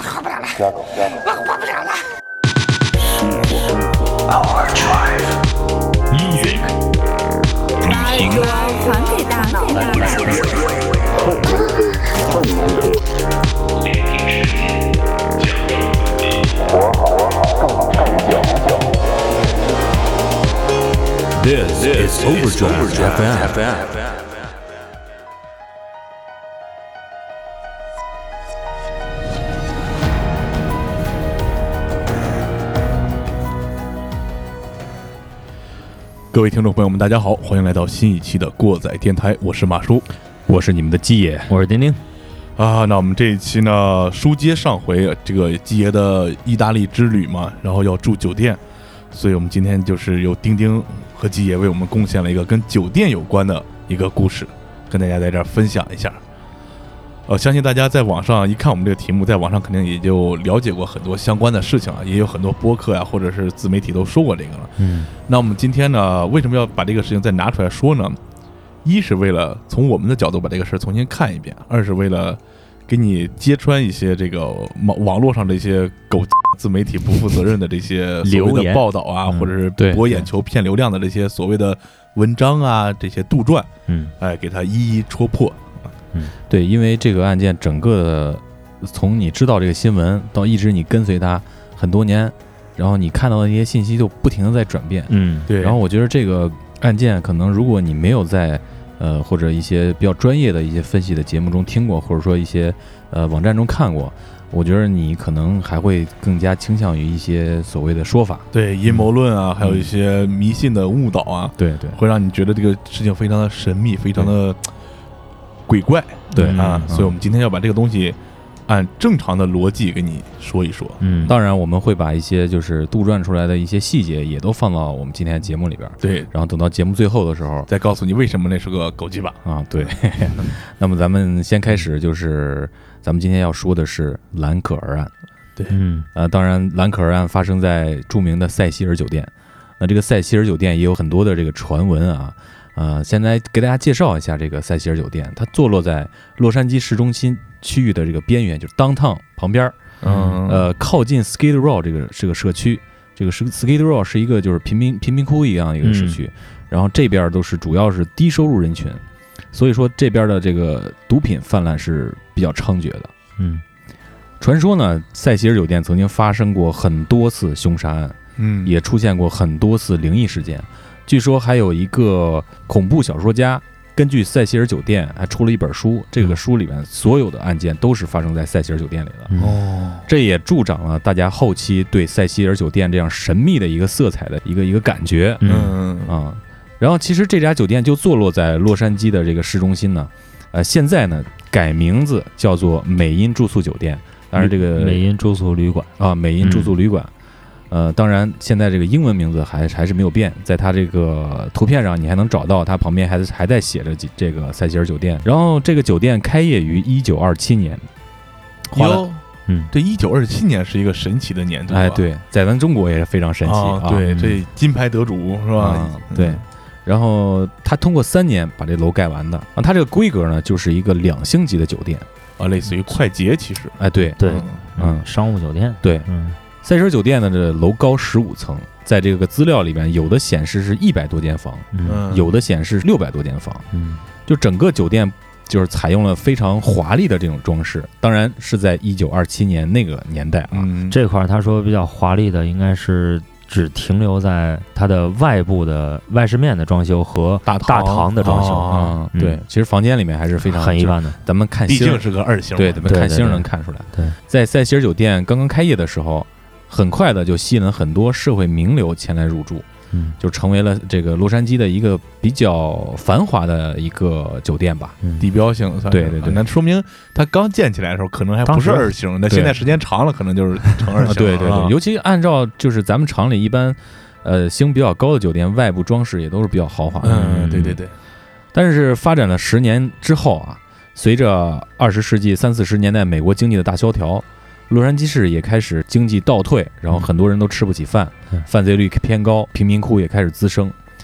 活不了了， 我活不了了。 Music， 旅行， 传给大脑。 This is Overdrive FM。 各位听众朋友们，大家好，欢迎来到新一期的过载电台，我是马叔， 我是你们的鸡爷， 我是丁丁啊。那我们这一期呢，书接上回这个鸡爷的意大利之旅嘛，然后要住酒店，所以我们今天就是由丁丁和鸡爷为我们贡献了一个跟酒店有关的一个故事，跟大家在这儿分享一下。相信大家在网上一看我们这个题目，在网上肯定也就了解过很多相关的事情啊，也有很多播客呀，或者是自媒体都说过这个了。那我们今天呢，为什么要把这个事情再拿出来说呢？一是为了从我们的角度把这个事重新看一遍，二是为了给你揭穿一些这个网络上的一些狗自媒体不负责任的这些所谓的报道啊，或者是博眼球骗流量的这些所谓的文章啊，这些杜撰，给它一一戳破。 对，因为这个案件整个从你知道这个新闻到一直你跟随它很多年，然后你看到的一些信息就不停的在转变， 对。 然后我觉得这个案件可能如果你没有在或者一些比较专业的一些分析的节目中听过，或者说一些网站中看过，我觉得你可能还会更加倾向于一些所谓的说法， 对阴谋论啊，还有一些迷信的误导啊， 对， 会让你觉得这个事情非常的神秘，非常的鬼怪， 对啊，所以我们今天要把这个东西按正常的逻辑给你说一说。 当然我们会把一些就是杜撰出来的一些细节也都放到我们今天的节目里边， 对， 然后等到节目最后的时候再告诉你为什么那是个狗鸡巴啊。对，那么咱们先开始，就是咱们今天要说的是兰可儿案。 对， 当然兰可儿案发生在著名的塞西尔酒店。那这个塞西尔酒店也有很多的这个传闻啊。现在给大家介绍一下这个塞西尔酒店，它坐落在洛杉矶市中心区域的这个边缘，就是 downtown 旁边，靠近 Skid Row 这个社区。这个 Skid Row 是一个就是贫民窟一样一个社区，然后这边都是主要是低收入人群，所以说这边的这个毒品泛滥是比较猖獗的。传说呢，塞西尔酒店曾经发生过很多次凶杀案，也出现过很多次灵异事件。据说还有一个恐怖小说家根据塞西尔酒店还出了一本书，这个书里面所有的案件都是发生在塞西尔酒店里的。这也助长了大家后期对塞西尔酒店这样神秘的一个色彩的一个感觉。然后其实这家酒店就坐落在洛杉矶的这个市中心呢，现在呢改名字叫做美因住宿酒店，当然这个美因住宿旅馆啊，美因住宿旅馆。当然现在这个英文名字还是没有变，在它这个图片上你还能找到它旁边还在写着这个塞西尔酒店。然后这个酒店开业于1927年。 这1927年是一个神奇的年度。 对，在咱中国也是非常神奇啊。 对，这金牌得主是吧？ 对。然后他通过3年把这楼盖完的啊，它这个规格呢就是一个2星级的酒店啊，类似于快捷其实。 对， 商务酒店。 对，塞西尔酒店的这楼高15层，在这个资料里面有的显示是100多间房，有的显示600多间房，就整个酒店就是采用了非常华丽的这种装饰，当然是在1927年那个年代啊。 这块他说比较华丽的应该是只停留在它的外部的外饰面的装修和大堂的装修对，其实房间里面还是非常很一般的。 咱们看星， 毕竟是个2星， 对，咱们看星能看出来。 对， 在塞西尔酒店刚刚开业的时候，很快的就吸引了很多社会名流前来入住，就成为了这个洛杉矶的一个比较繁华的一个酒店吧， 地标性。 对， 那说明它刚建起来的时候可能还不是2星，那现在时间长了可能就是成2星。 对，尤其按照就是咱们厂里一般，星比较高的酒店，外部装饰也都是比较豪华的。 对。 但是发展了10年之后啊，随着20世纪30-40年代美国经济的大萧条，洛杉矶市也开始经济倒退，然后很多人都吃不起饭，犯罪率偏高，贫民窟也开始滋生。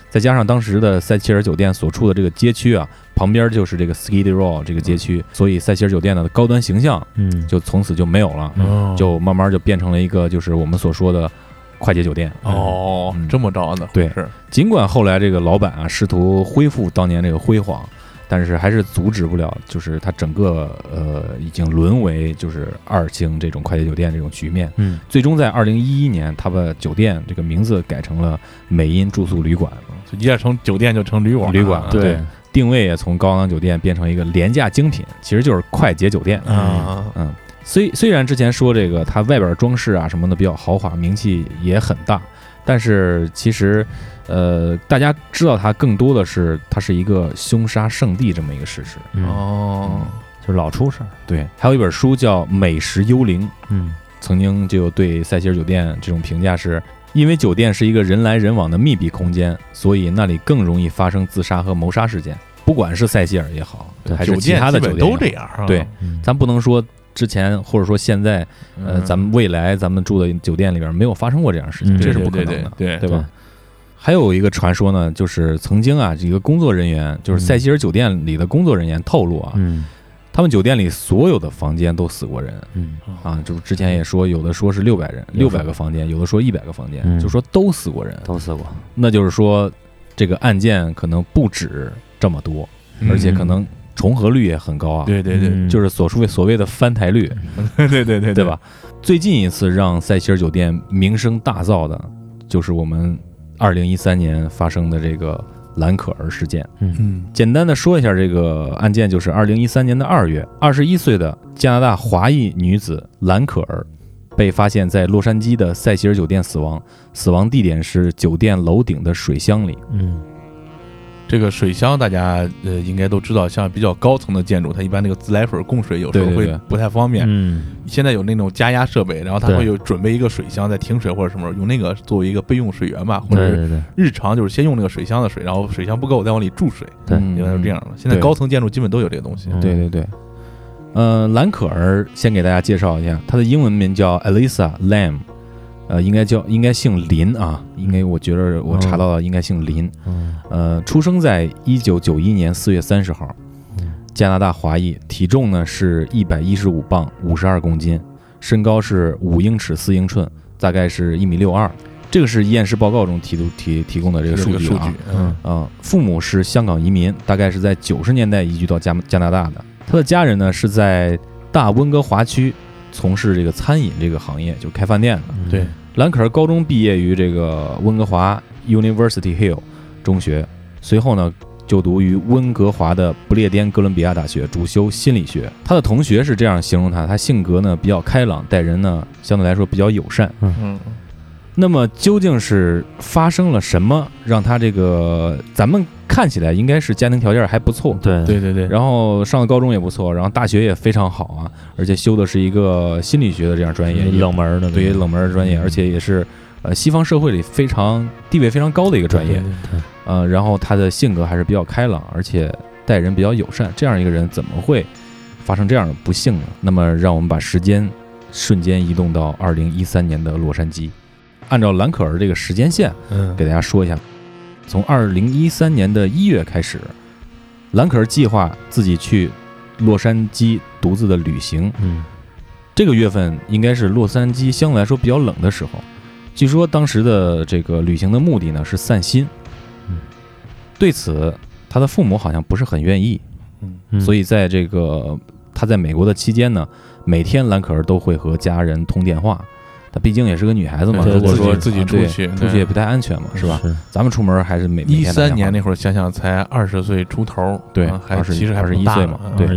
再加上当时的塞切尔酒店所处的这个街区啊，旁边就是这个 Skid Row 这个街区，所以塞切尔酒店的高端形象就从此就没有了，就慢慢就变成了一个就是我们所说的快捷酒店。 这么着呢？ 对， 是。 尽管后来这个老板啊试图恢复当年这个辉煌，但是还是阻止不了，就是它整个已经沦为就是2星这种快捷酒店这种局面。最终在2011年，他把酒店这个名字改成了美因住宿旅馆， 一下从酒店就成旅馆了。 对，定位也从高档酒店变成一个廉价精品，其实就是快捷酒店。虽然之前说这个它外边装饰啊什么的比较豪华，名气也很大，但是其实大家知道它更多的是它是一个凶杀圣地这么一个事实。 就老出事儿。 对，还有一本书叫《美食幽灵》，曾经就对塞切尔酒店这种评价是，因为酒店是一个人来人往的密闭空间，所以那里更容易发生自杀和谋杀事件。不管是塞切尔也好，还是其他的酒店都这样。 对，咱不能说之前或者说现在，咱们未来咱们住的酒店里边没有发生过这样的事情，这是不可能的，对吧？还有一个传说呢，就是曾经啊，这个工作人员，就是塞切尔酒店里的工作人员透露啊，他们酒店里所有的房间都死过人，就是之前也说，有的说是600人，600个房间，有的说100个房间，就说都死过人， 都死过。 那就是说，这个案件可能不止这么多，而且可能重合率也很高啊。 对， 就是所谓的翻台率。对吧？最近一次让塞切尔酒店名声大噪的，就是我们2013年发生的这个兰可儿事件。简单的说一下这个案件，就是2013年的2月，21岁的加拿大华裔女子兰可儿被发现在洛杉矶的塞切尔酒店死亡，死亡地点是酒店楼顶的水箱里。 这个水箱大家应该都知道，像比较高层的建筑，它一般那个自来水供水有时候会不太方便。现在有那种加压设备，然后它会有准备一个水箱，在停水或者什么用那个作为一个备用水源吧，或者是日常就是先用那个水箱的水，然后水箱不够再往里注水。一般是这样的。现在高层建筑基本都有这个东西。 对。兰可儿先给大家介绍一下，她的英文名叫 Elisa Lam。应该姓林啊，我觉得我查到了，应该姓林。出生在1991年4月30号，加拿大华裔，体重呢是115磅52公斤，身高是5英尺4英寸，大概是1.62米。这个是验尸报告中提供的这个数据啊。父母是香港移民，大概是在90年代移居到加拿大的。他的家人呢是在大温哥华区从事这个餐饮这个行业，就开饭店的。 对， 兰可儿高中毕业于这个温哥华 University Hill 中学，随后呢就读于温哥华的不列颠哥伦比亚大学，主修心理学。他的同学是这样形容他性格呢比较开朗，待人呢相对来说比较友善。那么究竟是发生了什么让他这个咱们看起来应该是家庭条件还不错， 对， 然后上的高中也不错，然后大学也非常好啊，而且修的是一个心理学的这样专业， 冷门的， 对，冷门的专业，而且也是西方社会里地位非常高的一个专业。然后他的性格还是比较开朗，而且待人比较友善，这样一个人怎么会发生这样的不幸呢？那么让我们把时间瞬间移动到2013年的洛杉矶。按照兰可儿这个时间线，给大家说一下，从2013年的1月开始，兰可儿计划自己去洛杉矶独自的旅行。这个月份应该是洛杉矶相对来说比较冷的时候。据说当时的这个旅行的目的呢是散心。对此，他的父母好像不是很愿意。所以在这个他在美国的期间呢，每天兰可儿都会和家人通电话。她毕竟也是个女孩子嘛，如果说自己出去也不太安全嘛，是吧？咱们出门还是每天 13年那会儿，想想才20岁出头， 对， 其实还 21岁嘛，对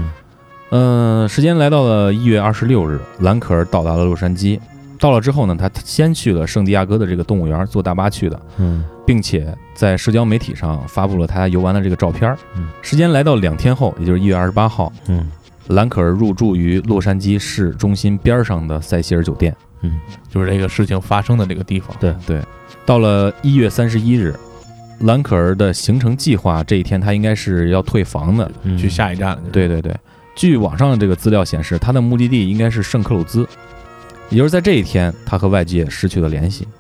，21。 时间来到了1月26日，兰可儿到达了洛杉矶。到了之后呢，他先去了圣地亚哥的这个动物园，坐大巴去的，并且在社交媒体上发布了他游玩的这个照片。时间来到2天后，也就是1月28号，兰可儿入住于洛杉矶市中心边上的塞西尔酒店。 就是这个事情发生的这个地方。 对。到了1月31日，兰可儿的行程计划这一天他应该是要退房的， 去下一站。 对。据网上的这个资料显示，他的目的地应该是圣克鲁兹，也就是在这一天，他和外界失去了联系。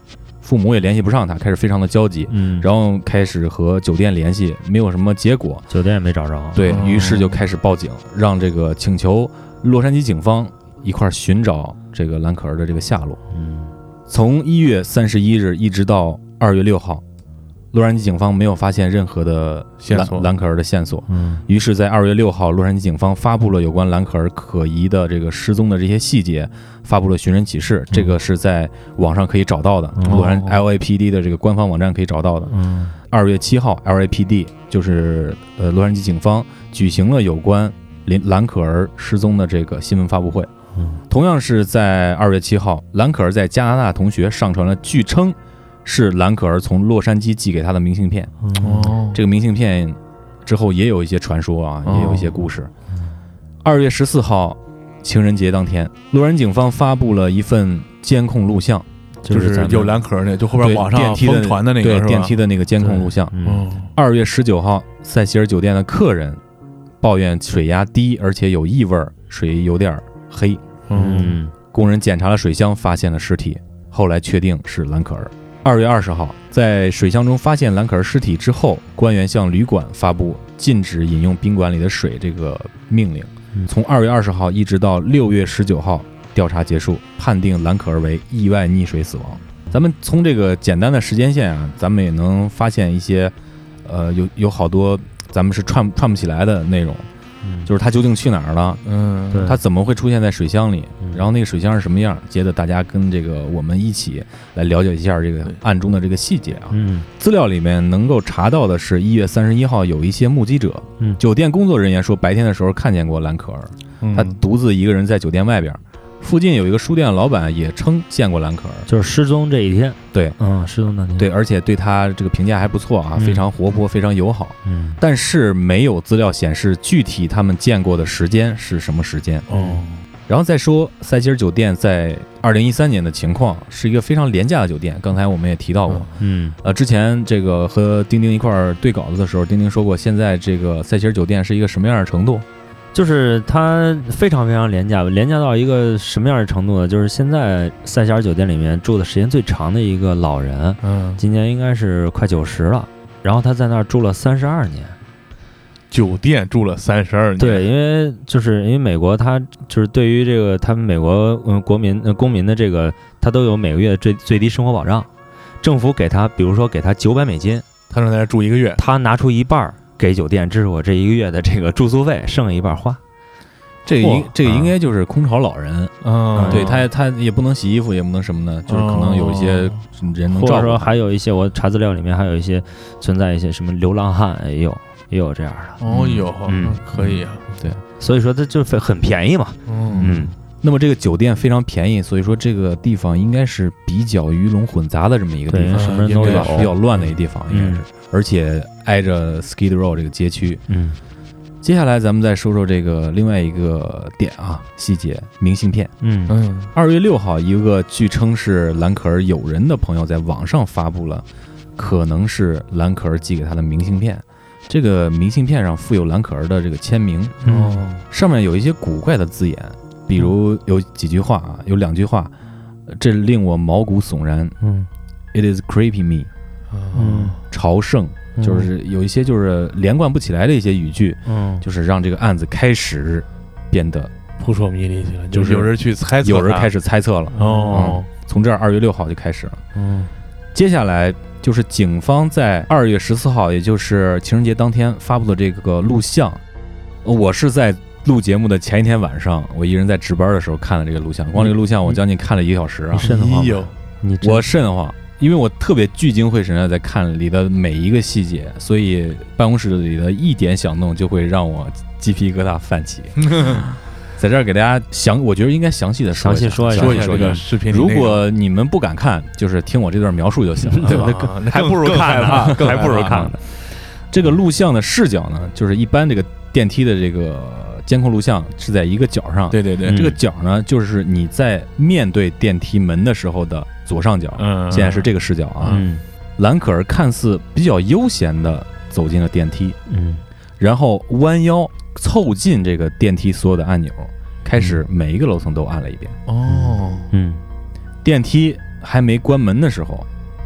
父母也联系不上他，开始非常的焦急，然后开始和酒店联系，没有什么结果， 酒店也没找着， 对于是就开始报警，让这个请求洛杉矶警方一块寻找这个兰可儿的这个下落。从1月31日一直到2月6号，洛杉矶警方没有发现任何的兰可儿的线索。于是，在2月6号，洛杉矶警方发布了有关兰可儿可疑的这个失踪的这些细节，发布了寻人启事。这个是在网上可以找到的，洛杉矶 LAPD 的这个官方网站可以找到的。2月7号 ，LAPD 就是洛杉矶警方举行了有关兰可儿失踪的这个新闻发布会。同样是在2月7号，兰可儿在加拿大同学上传了据称是兰可儿从洛杉矶寄给他的明信片。这个明信片之后也有一些传说啊，也有一些故事。2月14号，情人节当天，洛杉矶警方发布了一份监控录像， 就是有兰可儿那，就后边网上疯传的那个， 对电梯的那个监控录像。2月19号，塞西尔酒店的客人抱怨水压低，而且有异味，水有点黑。工人检查了水箱，发现了尸体，后来确定是兰可儿。2月20号，在水箱中发现兰可儿尸体之后，官员向旅馆发布禁止饮用宾馆里的水这个命令。从2月20号一直到6月19号，调查结束，判定兰可儿为意外溺水死亡。咱们从这个简单的时间线啊，咱们也能发现一些，有好多咱们是串不起来的内容。就是他究竟去哪儿了？他怎么会出现在水箱里？然后那个水箱是什么样？接着大家跟这个我们一起来了解一下这个案中的这个细节啊。资料里面能够查到的是1月31号有一些目击者，酒店工作人员说白天的时候看见过兰可儿，他独自一个人在酒店外边。附近有一个书店的老板也称见过兰可儿， 就是失踪这一天。 对， 失踪那天。 对，而且对他这个评价还不错啊，非常活泼，非常友好。但是没有资料显示具体他们见过的时间是什么时间。然后再说塞西尔酒店在2013年的情况，是一个非常廉价的酒店。刚才我们也提到过，之前这个和丁丁一块儿对稿子的时候，丁丁说过，现在这个塞西尔酒店是一个什么样的程度？ 就是它非常非常廉价，廉价到一个什么样的程度呢？就是现在塞西尔酒店里面住的时间最长的一个老人，今年应该是快90了，然后他在那儿住了32年。 酒店住了32年。 对，因为美国他就是对于这个他们美国公民的这个，他都有每个月的最低生活保障，政府给他，比如说给他900美金， 他能在那住1个月， 他拿出一半给酒店支持我这1个月的这个住宿费，剩下一半花。 这个应该就是空巢老人，对他也不能洗衣服，也不能什么的，就是可能有一些人能照顾。 或者说还有一些，我查资料里面还有一些存在一些什么流浪汉，也有这样的。 可以啊， 对， 所以说它就很便宜嘛。 那么这个酒店非常便宜，所以说这个地方应该是比较鱼龙混杂的这么一个地方， 什么人都有， 比较乱的一个地方应该是，而且挨着 Skid Row 这个街区。接下来咱们再说说这个另外一个点啊，细节，明信片。2月6号，一个据称是兰可儿友人的朋友在网上发布了可能是兰可儿寄给他的明信片。这个明信片上附有兰可儿的这个签名，上面有一些古怪的字眼，比如有几句话啊，有2句话，这令我毛骨悚然。It is creepy me。朝圣，就是有一些就是连贯不起来的一些语句，就是让这个案子开始变得扑朔迷离起来，就是有人去猜测， 有人开始猜测了。从这儿2月6号就开始了。接下来就是警方在2月14号，也就是情人节当天发布的这个录像。我是在录节目的前一天晚上，我一人在值班的时候看了这个录像，光这个录像我将近看了1个小时啊！ 你瘆得慌吗？ 我瘆得慌，因为我特别聚精会神的在看里的每一个细节，所以办公室里的一点小动就会让我鸡皮疙瘩泛起。在这儿给大家我觉得应该详细说一下这个视频。 如果你们不敢看，就是听我这段描述就行了，对吧？ 还不如看呢，还不如看呢。 这个录像的视角呢，就是一般这个电梯的这个监控录像是在一个角上， 对， 这个角呢，就是你在面对电梯门的时候的左上角。现在是这个视角啊。兰可儿看似比较悠闲的走进了电梯，然后弯腰凑近这个电梯所有的按钮，开始每一个楼层都按了一遍。电梯还没关门的时候，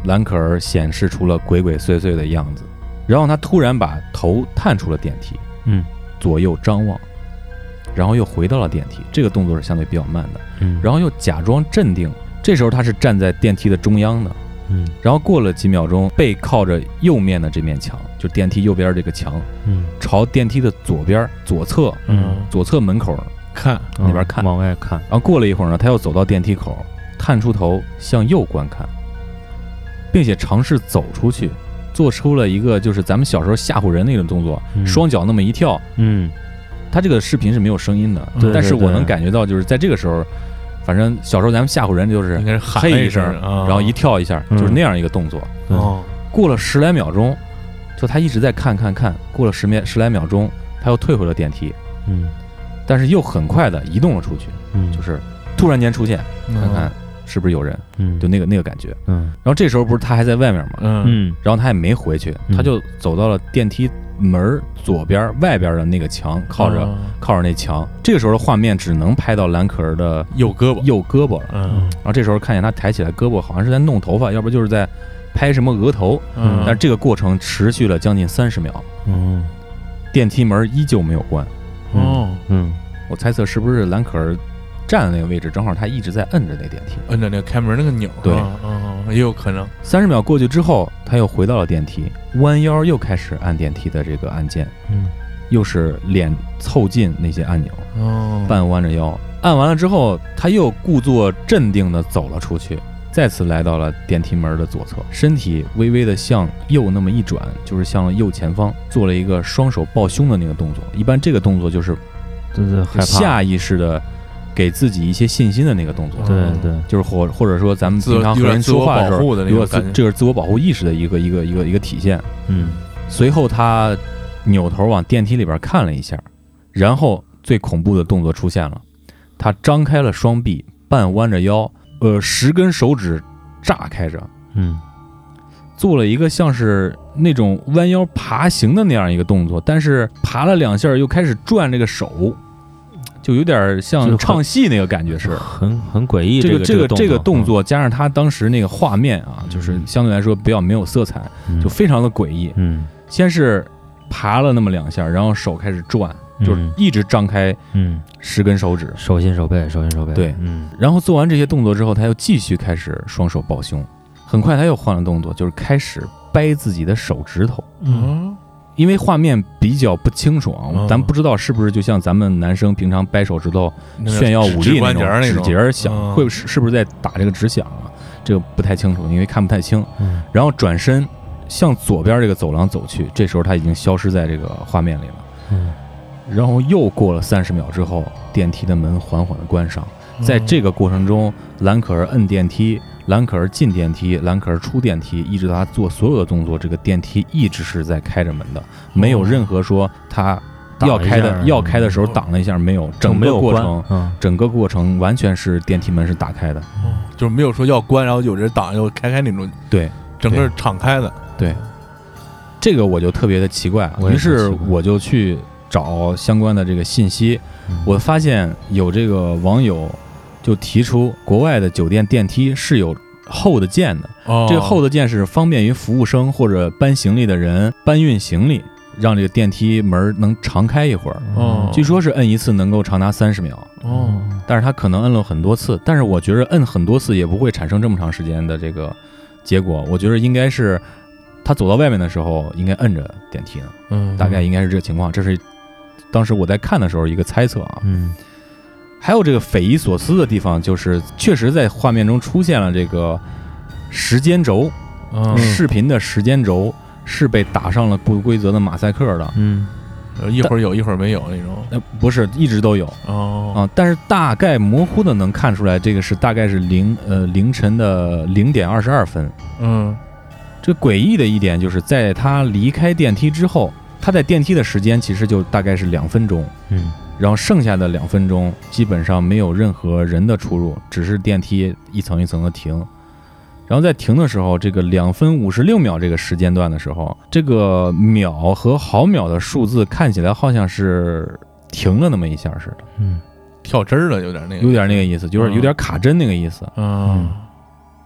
兰可儿显示出了鬼鬼祟祟的样子，然后他突然把头探出了电梯，左右张望，然后又回到了电梯，这个动作是相对比较慢的，然后又假装镇定，这时候他是站在电梯的中央的，然后过了几秒钟，背靠着右面的这面墙，就电梯右边这个墙，朝电梯的左边左侧，左侧门口看那边看， 往外看， 然后过了一会儿呢，他又走到电梯口，探出头向右观看，并且尝试走出去，做出了一个就是咱们小时候吓唬人那种动作，双脚那么一跳。他这个视频是没有声音的，但是我能感觉到就是在这个时候，反正小时候咱们吓唬人就是应该是喊嘿一声，然后一跳一下，就是那样一个动作。过了10来秒钟，就他一直在看，过了10来秒钟，他又退回了电梯。但是又很快的移动了出去，就是突然间出现，看看是不是有人，就那个感觉，然后这时候不是他还在外面吗？然后他也没回去，他就走到了电梯门左边外边的那个墙，靠着那墙。这个时候的画面只能拍到兰可儿的右胳膊了，然后这时候看见他抬起来胳膊，好像是在弄头发，要不就是在拍什么额头，但是这个过程持续了将近30秒，电梯门依旧没有关。我猜测是不是兰可儿站的那个位置，正好他一直在摁着那电梯， 摁着那个开门那个钮。对，也有可能。 30秒过去之后，他又回到了电梯，弯腰又开始按电梯的这个按键，又是脸凑近那些按钮，半弯着腰。按完了之后，他又故作镇定地走了出去，再次来到了电梯门的左侧，身体微微的向右那么一转，就是向右前方做了一个双手抱胸的那个动作。一般这个动作就是下意识的给自己一些信心的那个动作。 对， 就是或者说咱们平常和人说话的时候，这是自我保护意识的一个体现。随后他扭头往电梯里边看了一下，然后最恐怖的动作出现了，他张开了双臂，半弯着腰，10根手指炸开着，做了一个像是那种弯腰爬行的那样一个动作，但是爬了2下又开始转这个手，就有点像唱戏那个感觉，是很诡异。 这个动作加上他当时那个画面啊，就是相对来说比较没有色彩，就非常的诡异。先是爬了那么2下，然后手开始转，就是一直张开10根手指， 手心手背。 对，然后做完这些动作之后，他又继续开始双手抱胸，很快他又换了动作，就是开始掰自己的手指头。因为画面比较不清楚啊，咱不知道是不是就像咱们男生平常掰手指头炫耀武力那种指节响，是不是在打这个指响啊？这个不太清楚，因为看不太清。然后转身向左边这个走廊走去，这时候他已经消失在这个画面里了。然后又过了30秒之后，电梯的门缓缓的关上。在这个过程中，兰可儿摁电梯，兰可儿进电梯，兰可儿出电梯，一直到他做所有的动作，这个电梯一直是在开着门的，没有任何说他要开的时候挡了一下，没有，整个过程完全是电梯门是打开的， 就是没有说要关，然后有人挡又开那种， 对， 整个敞开的， 对，这个我就特别的奇怪，于是我就去找相关的这个信息，我发现有这个网友就提出，国外的酒店电梯是有后的键的，这个后的键是方便于服务生或者搬行李的人搬运行李，让这个电梯门能长开一会儿。据说是摁一次能够长达30秒。但是他可能摁了很多次，但是我觉得摁很多次也不会产生这么长时间的这个结果。我觉得应该是他走到外面的时候应该摁着电梯呢。大概应该是这个情况，这是当时我在看的时候一个猜测啊。还有这个匪夷所思的地方，就是确实在画面中出现了这个时间轴，视频的时间轴是被打上了不规则的马赛克的， 一会儿有一会儿没有那种， 不是一直都有但是大概模糊的能看出来，这个是大概是凌晨的0点22分。这诡异的一点就是在他离开电梯之后，他在电梯的时间其实就大概是2分钟，然后剩下的2分钟基本上没有任何人的出入，只是电梯一层一层的停。然后在停的时候，这个2分56秒这个时间段的时候，这个秒和毫秒的数字看起来好像是停了那么一下似的， 跳针了，有点那个意思，就是有点卡针那个意思。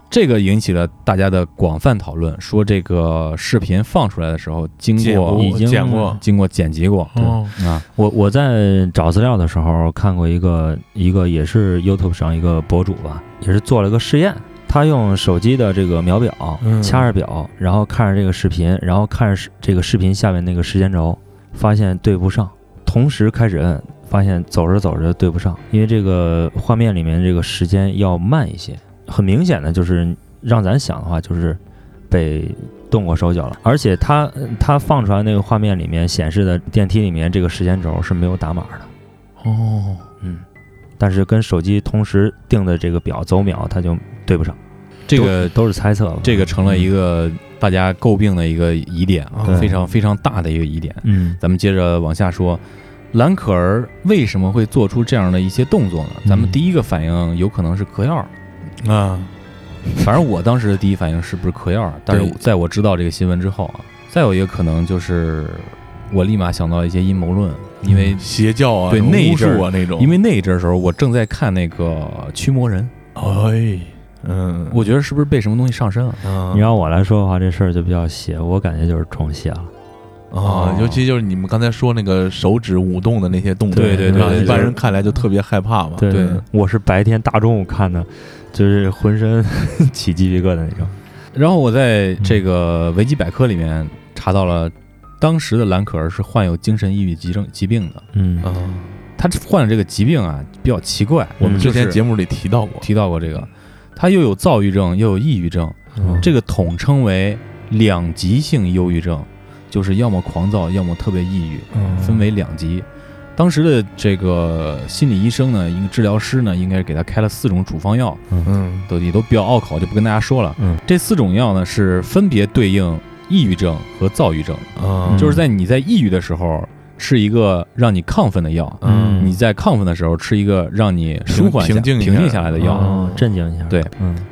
这个引起了大家的广泛讨论，说这个视频放出来的时候，经过剪辑过。 我在找资料的时候看过一个也是 YouTube 上一个博主吧，也是做了个试验。他用手机的这个秒表掐着表，然后看着这个视频，然后看着这个视频下面那个时间轴，发现对不上，同时开始摁，发现走着走着对不上，因为这个画面里面这个时间要慢一些，很明显的就是让咱想的话就是被动过手脚了。而且他放出来那个画面里面显示的电梯里面这个时间轴是没有打码的。但是跟手机同时定的这个表走秒它就对不上，这个都是猜测吧。 这个成了一个大家诟病的一个疑点啊，非常非常大的一个疑点。咱们接着往下说，蓝可儿为什么会做出这样的一些动作呢？咱们第一个反应有可能是嗑药啊，反正我当时的第一反应是不是嗑药？但是在我知道这个新闻之后啊，再有一个可能就是我立马想到一些阴谋论。因为邪教啊， 对那一阵啊那种， 因为那一阵的时候，我正在看那个驱魔人，我觉得是不是被什么东西上身了？ 你让我来说的话，这事儿就比较邪，我感觉就是中邪了尤其就是你们刚才说那个手指舞动的那些动作， 对， 一般人看来就特别害怕嘛。 对，我是白天大中午看的，就是浑身起鸡皮疙瘩那种。 然后我在这个维基百科里面查到了。当时的蓝可儿是患有精神抑郁疾病的，他患了这个疾病啊，比较奇怪。 我们之前节目里提到过这个，他又有躁郁症又有抑郁症，这个统称为两极性忧郁症，就是要么狂躁，要么特别抑郁，分为两极。当时的这个心理医生呢，一个治疗师呢，应该给他开了4种处方药，也都比较拗口，就不跟大家说了。这4种药呢是分别对应抑郁症和躁郁症，就是你在抑郁的时候吃一个让你亢奋的药，你在亢奋的时候吃一个让你舒缓平静下来的药， 镇静一下。 对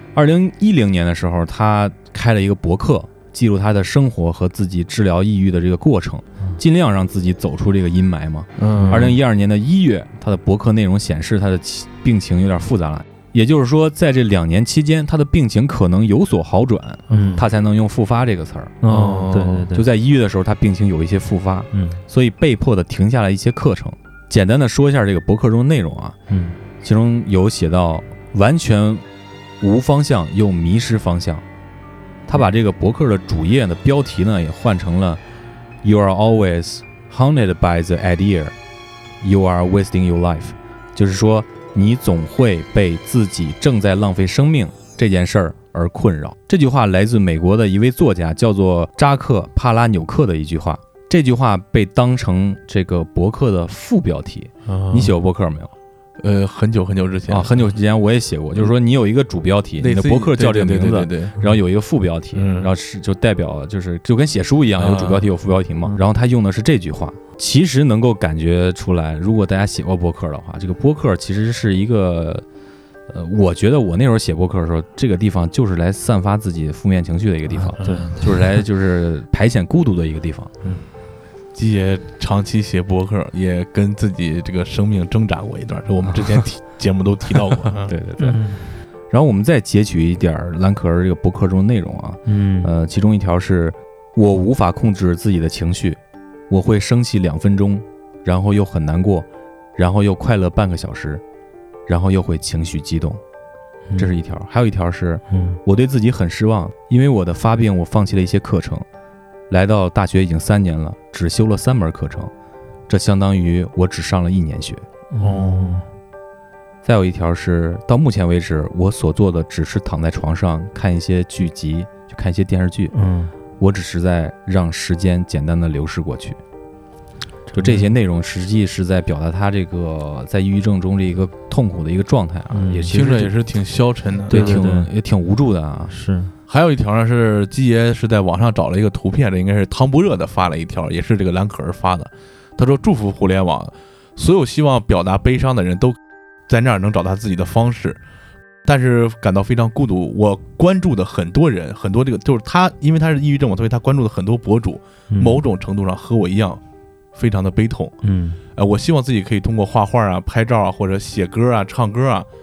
，2010年的时候，他开了一个博客，记录他的生活和自己治疗抑郁的这个过程，尽量让自己走出这个阴霾嘛。2012年的1月，他的博客内容显示他的病情有点复杂了。也就是说，在这2年期间，他的病情可能有所好转，他才能用复发这个词儿。 对， 就在1月的时候，他病情有一些复发，所以被迫的停下了一些课程。简单的说一下这个博客中的内容啊，其中有写到完全无方向又迷失方向。他把这个博客的主页的标题呢也换成了 "You are always haunted by the idea you are wasting your life"， 就是说。你总会被自己正在浪费生命这件事儿而困扰。这句话来自美国的一位作家，叫做扎克·帕拉纽克的一句话。这句话被当成这个博客的副标题。你写过博客没有？ 很久很久之前很久之前我也写过，就是说你有一个主标题，你的博客叫这个名字，然后有一个副标题，然后就代表就跟写书一样，有主标题有副标题嘛。然后他用的是这句话，其实能够感觉出来，如果大家写过博客的话，这个博客其实是一个，我觉得我那时候写博客的时候，这个地方就是来散发自己负面情绪的一个地方， 对， 就是来排遣孤独的一个地方。 鸡爷长期写博客，也跟自己这个生命挣扎过一段，这我们之前节目都提到过。 对。然后我们再截取一点蓝可儿这个博客中的内容啊，其中一条是我无法控制自己的情绪，我会生气2分钟，然后又很难过，然后又快乐半个小时，然后又会情绪激动。这是一条。还有一条是我对自己很失望，因为我的发病我放弃了一些课程，来到大学已经3年了，只修了3门课程，这相当于我只上了1年学。再有一条是到目前为止我所做的只是躺在床上看一些剧集，就看一些电视剧，我只是在让时间简单的流逝过去。就这些内容实际是在表达他这个在抑郁症中这一个痛苦的一个状态啊，也听着也是挺消沉的， 对，也挺无助的啊。 是。 还有一条呢是鸡爷是在网上找了一个图片，这应该是汤不热的发了一条，也是这个蓝可儿发的。他说祝福互联网，所有希望表达悲伤的人都在那儿能找到自己的方式，但是感到非常孤独。我关注的很多人，很多这个就是他，因为他是抑郁症嘛，所以他关注的很多博主，某种程度上和我一样非常的悲痛。我希望自己可以通过画画啊、拍照啊，或者写歌啊、唱歌啊，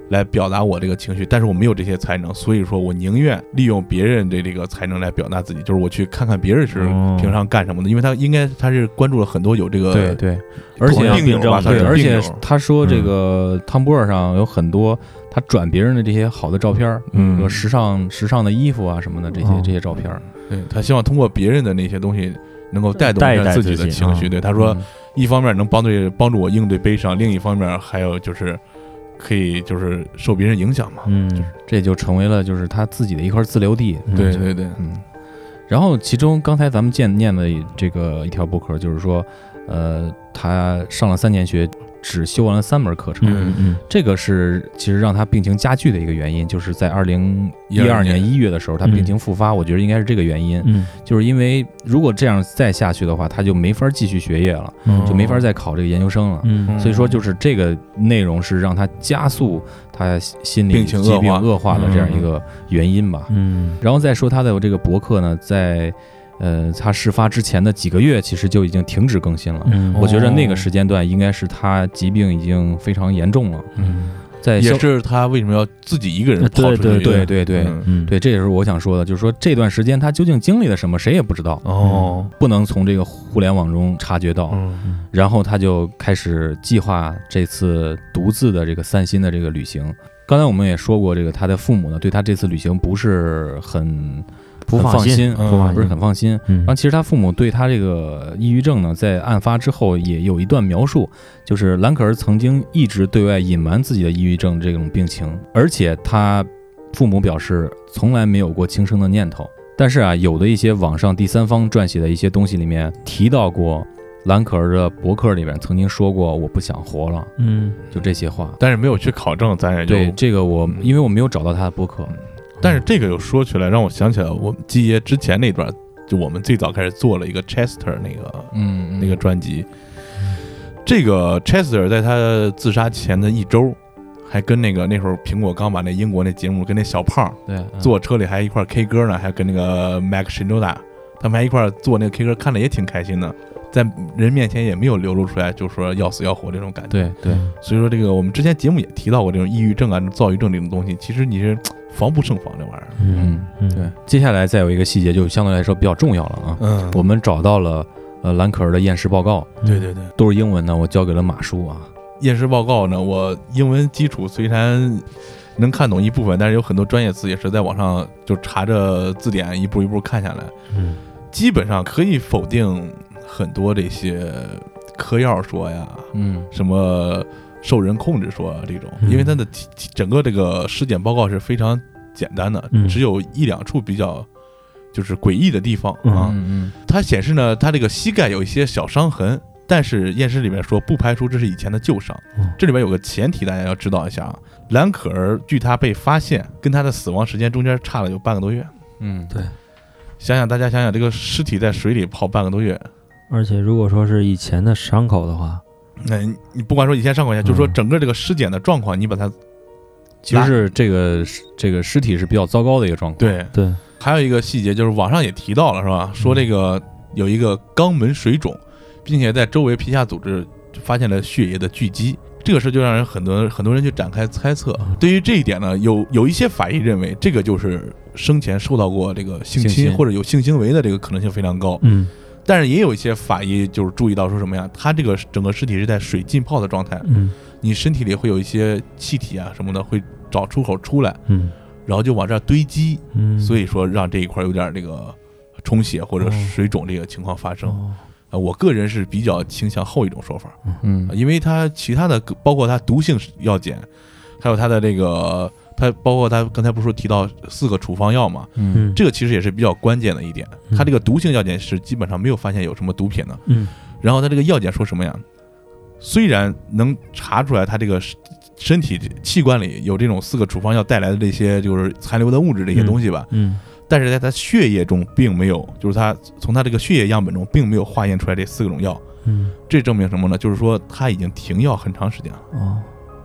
来表达我这个情绪，但是我没有这些才能，所以说我宁愿利用别人的这个才能来表达自己，就是我去看看别人是平常干什么的，因为他是关注了很多有这个对，而且病友吧， 对，而且他说这个汤博尔上有很多他转别人的这些好的照片，和时尚的衣服啊什么的这些照片， 对，他希望通过别人的那些东西能够带动一下自己的情绪。对，他说一方面能帮助我应对悲伤，另一方面还有就是可以就是受别人影响嘛， 这就成为了就是他自己的一块自留地。 对， 然后其中刚才咱们念的这个一条博客就是说，他上了3年学，只修完了3门课程，这个是其实让他病情加剧的一个原因，就是在2012年1月的时候，他病情复发，我觉得应该是这个原因，就是因为如果这样再下去的话，他就没法继续学业了，就没法再考这个研究生了，所以说就是这个内容是让他加速他心理疾病恶化的这样一个原因吧，然后再说他的这个博客呢，在他事发之前的几个月，其实就已经停止更新了。我觉得那个时间段应该是他疾病已经非常严重了。 也是他为什么要自己一个人跑出去？ 对，这也是我想说的，就是说这段时间他究竟经历了什么，谁也不知道。不能从这个互联网中察觉到。然后他就开始计划这次独自的这个散心的这个旅行。刚才我们也说过，这个他的父母呢，对他这次旅行不是很放心，不是很放心。然后其实他父母对他这个抑郁症呢，在案发之后也有一段描述，就是兰可儿曾经一直对外隐瞒自己的抑郁症这种病情，而且他父母表示从来没有过轻生的念头。但是啊，有的一些网上第三方撰写的一些东西里面提到过，兰可儿的博客里面曾经说过我不想活了，就这些话， 但是没有去考证，咱也就对这个因为我没有找到他的博客。 但是这个又说起来，让我想起来我们基爷之前那段，就我们最早开始做了一个 Chester 那个专辑。这个 Chester 在他自杀前的1周，还跟那时候苹果刚把那英国那节目跟那小胖坐车里还一块 K 歌呢，还跟那个 Mac Shinoda 他们还一块做那个 K 歌，看着也挺开心的。在人面前也没有流露出来，就是说要死要活这种感觉。 对， 所以说这个我们之前节目也提到过，这种抑郁症啊、躁郁症这种东西，其实你是防不胜防这玩意儿。对。接下来再有一个细节，就相对来说比较重要了啊。我们找到了兰可儿的验尸报告。 对， 都是英文的，我交给了马叔啊。 验尸报告呢，我英文基础虽然能看懂一部分，但是有很多专业词也是在网上就查着字典一步一步看下来。基本上可以否定很多这些嗑药说呀，什么受人控制说这种，因为它的整个这个尸检报告是非常简单的，只有1-2处比较就是诡异的地方啊。它显示呢，它这个膝盖有一些小伤痕，但是验尸里面说不排除这是以前的旧伤。这里边有个前提大家要知道一下啊，兰可儿据他被发现跟他的死亡时间中间差了有半个多月。 对。 大家想想这个尸体在水里泡半个多月，而且如果说是以前的伤口的话， 那你不管说以前伤口下，就是说整个这个尸检的状况，你把它其实是这个尸体是比较糟糕的一个状况。 对。还有一个细节就是网上也提到了是吧？说这个有一个肛门水肿，并且在周围皮下组织发现了血液的聚集。这个事就让人很多人去展开猜测。对于这一点呢，有一些法医认为这个就是生前受到过这个性侵或者有性行为的这个可能性非常高。但是也有一些法医就是注意到说什么呀，他这个整个尸体是在水浸泡的状态，你身体里会有一些气体啊什么的会找出口出来，然后就往这儿堆积，所以说让这一块有点这个充血或者水肿这个情况发生。我个人是比较倾向后一种说法，因为它其他的包括它毒性药检，还有它的这个，它包括它刚才不是说提到4个处方药嘛，这个其实也是比较关键的一点。它这个毒性药检是基本上没有发现有什么毒品的，然后它这个药检说什么呀？虽然能查出来它这个身体器官里有这种4个处方药带来的这些就是残留的物质这些东西吧，但是在他血液中并没有，就是他从他这个血液样本中并没有化验出来这4种药。这证明什么呢？就是说他已经停药很长时间了。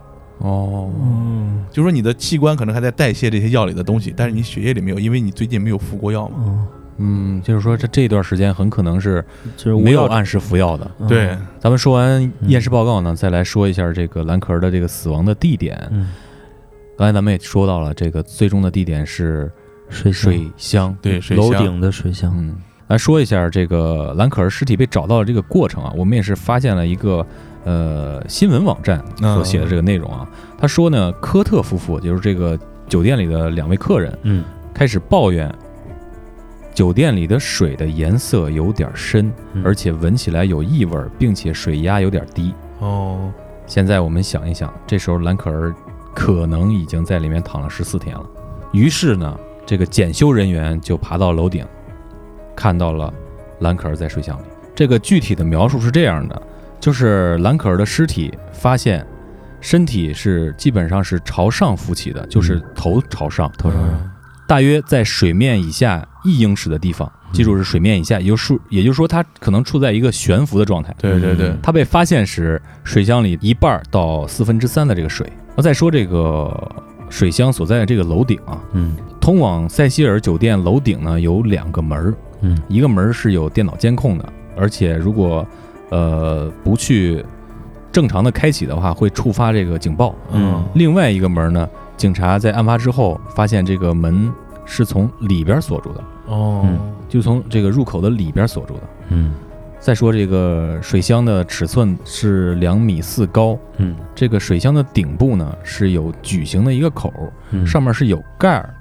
就是说你的器官可能还在代谢这些药里的东西，但是你血液里没有，因为你最近没有服过药嘛。 就是说这段时间很可能是没有按时服药的。 对， 咱们说完验尸报告呢，再来说一下这个兰可儿的这个死亡的地点。 刚才咱们也说到了，这个最终的地点是水乡， 对，水乡楼顶的水乡。 来说一下这个兰可儿尸体被找到的这个过程啊，我们也是发现了一个新闻网站所写的这个内容啊。他说呢，科特夫妇就是这个酒店里的2位客人，开始抱怨酒店里的水的颜色有点深，而且闻起来有异味，并且水压有点低。现在我们想一想，这时候兰可儿可能已经在里面躺了14天了。于是呢，这个检修人员就爬到楼顶，看到了兰可儿在水箱里。这个具体的描述是这样的，就是兰可儿的尸体发现身体是基本上是朝上浮起的，就是头朝上，大约在水面以下1英尺的地方，记住是水面以下，也就是说它可能处在一个悬浮的状态。 对对对， 它被发现时，水箱里1半到3/4的这个水。再说这个水箱所在的这个楼顶啊，通往塞西尔酒店楼顶呢有2个门，一个门是有电脑监控的，而且如果不去正常的开启的话，会触发这个警报。另外一个门呢，警察在案发之后发现这个门是从里边锁住的，就从这个入口的里边锁住的。再说这个水箱的尺寸是2.4米高，这个水箱的顶部呢是有矩形的一个口，上面是有盖儿，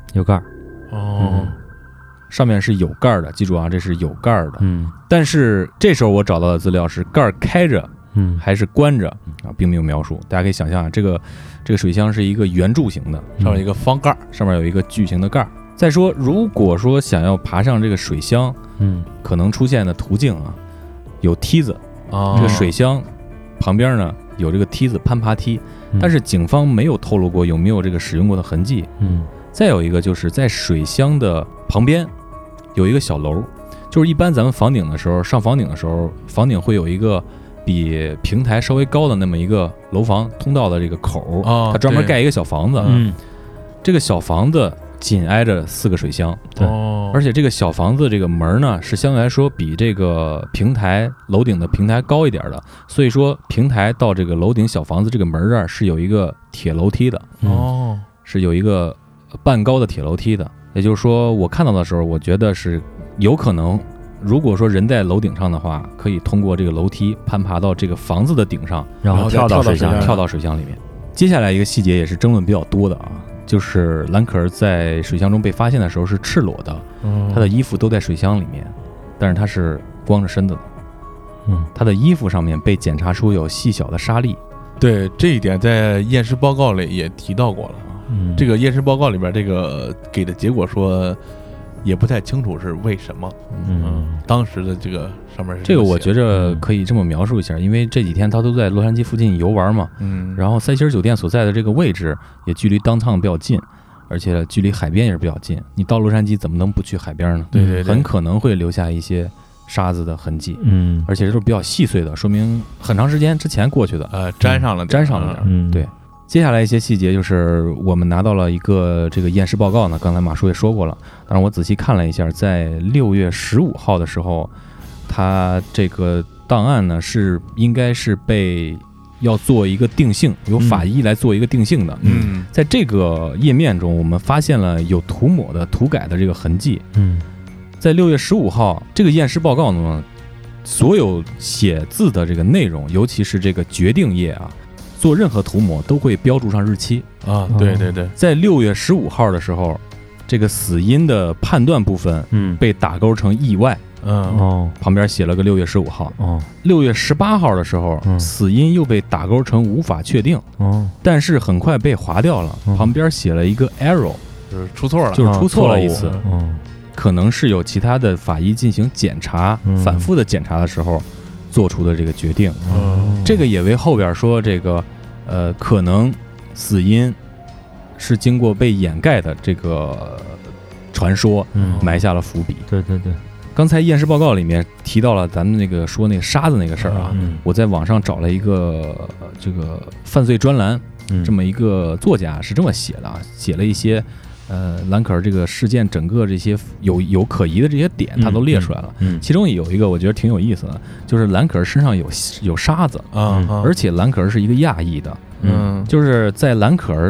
上面是有盖儿的，记住啊，这是有盖儿的。但是这时候我找到的资料是盖儿开着，还是关着啊，并没有描述。大家可以想象，这个水箱是一个圆柱形的， 上面一个方盖， 上面有一个矩形的盖儿。再说，如果说想要爬上这个水箱，可能出现的途径啊，有梯子，这个水箱旁边呢有这个梯子，攀爬梯，但是警方没有透露过有没有这个使用过的痕迹。再有一个就是在水箱的旁边有一个小楼，就是一般咱们房顶的时候，上房顶的时候，房顶会有一个比平台稍微高的那么一个楼房通道的这个口，它专门盖一个小房子。这个小房子紧挨着4个水箱，而且这个小房子这个门呢是相对来说比这个平台楼顶的平台高一点的，所以说平台到这个楼顶小房子这个门这儿是有一个铁楼梯的，是有一个半高的铁楼梯的。也就是说，我看到的时候，我觉得是有可能，如果说人在楼顶上的话，可以通过这个楼梯攀爬到这个房子的顶上， 然后跳到水箱里面。接下来一个细节也是争论比较多的啊，就是兰可儿在水箱中被发现的时候是赤裸的，她的衣服都在水箱里面，但是她是光着身子的。她的衣服上面被检查出有细小的沙粒。 对，这一点在验尸报告里也提到过了。这个验尸报告里边这个给的结果说也不太清楚是为什么。当时的这个上面是这个我觉着可以这么描述一下，因为这几天他都在洛杉矶附近游玩嘛，然后塞西尔酒店所在的这个位置也距离 downtown 比较近，而且距离海边也是比较近。你到洛杉矶怎么能不去海边呢？ 对对对， 很可能会留下一些沙子的痕迹，而且这都是比较细碎的，说明很长时间之前过去的， 沾上了点。 对。接下来一些细节就是我们拿到了一个这个验尸报告呢，刚才马叔也说过了，但是我仔细看了一下，在6月15号的时候，他这个档案呢应该是被要做一个定性，由法医来做一个定性的。在这个页面中，我们发现了有涂抹的、涂改的这个痕迹。在6月15号这个验尸报告呢，所有写字的这个内容，尤其是这个决定页啊，做任何涂抹都会标注上日期啊。对对对， 在6月15号的时候，这个死因的判断部分被打勾成意外，旁边写了个6月15号。6月18号的时候，死因又被打勾成无法确定，但是很快被划掉了，旁边写了一个 error， 就是出错了， 就是出错了一次。可能是有其他的法医进行检查，反复的检查的时候做出的这个决定。这个也为后边说这个可能死因是经过被掩盖的这个传说埋下了伏笔。 对对对， 刚才验尸报告里面提到了咱们那个说那个沙子那个事儿啊，我在网上找了一个这个犯罪专栏，这么一个作家是这么写的啊，写了一些兰可儿这个事件整个这些有可疑的这些点，他都列出来了。其中有一个我觉得挺有意思的，就是兰可儿身上有沙子，而且兰可儿是一个亚裔的，就是在兰可儿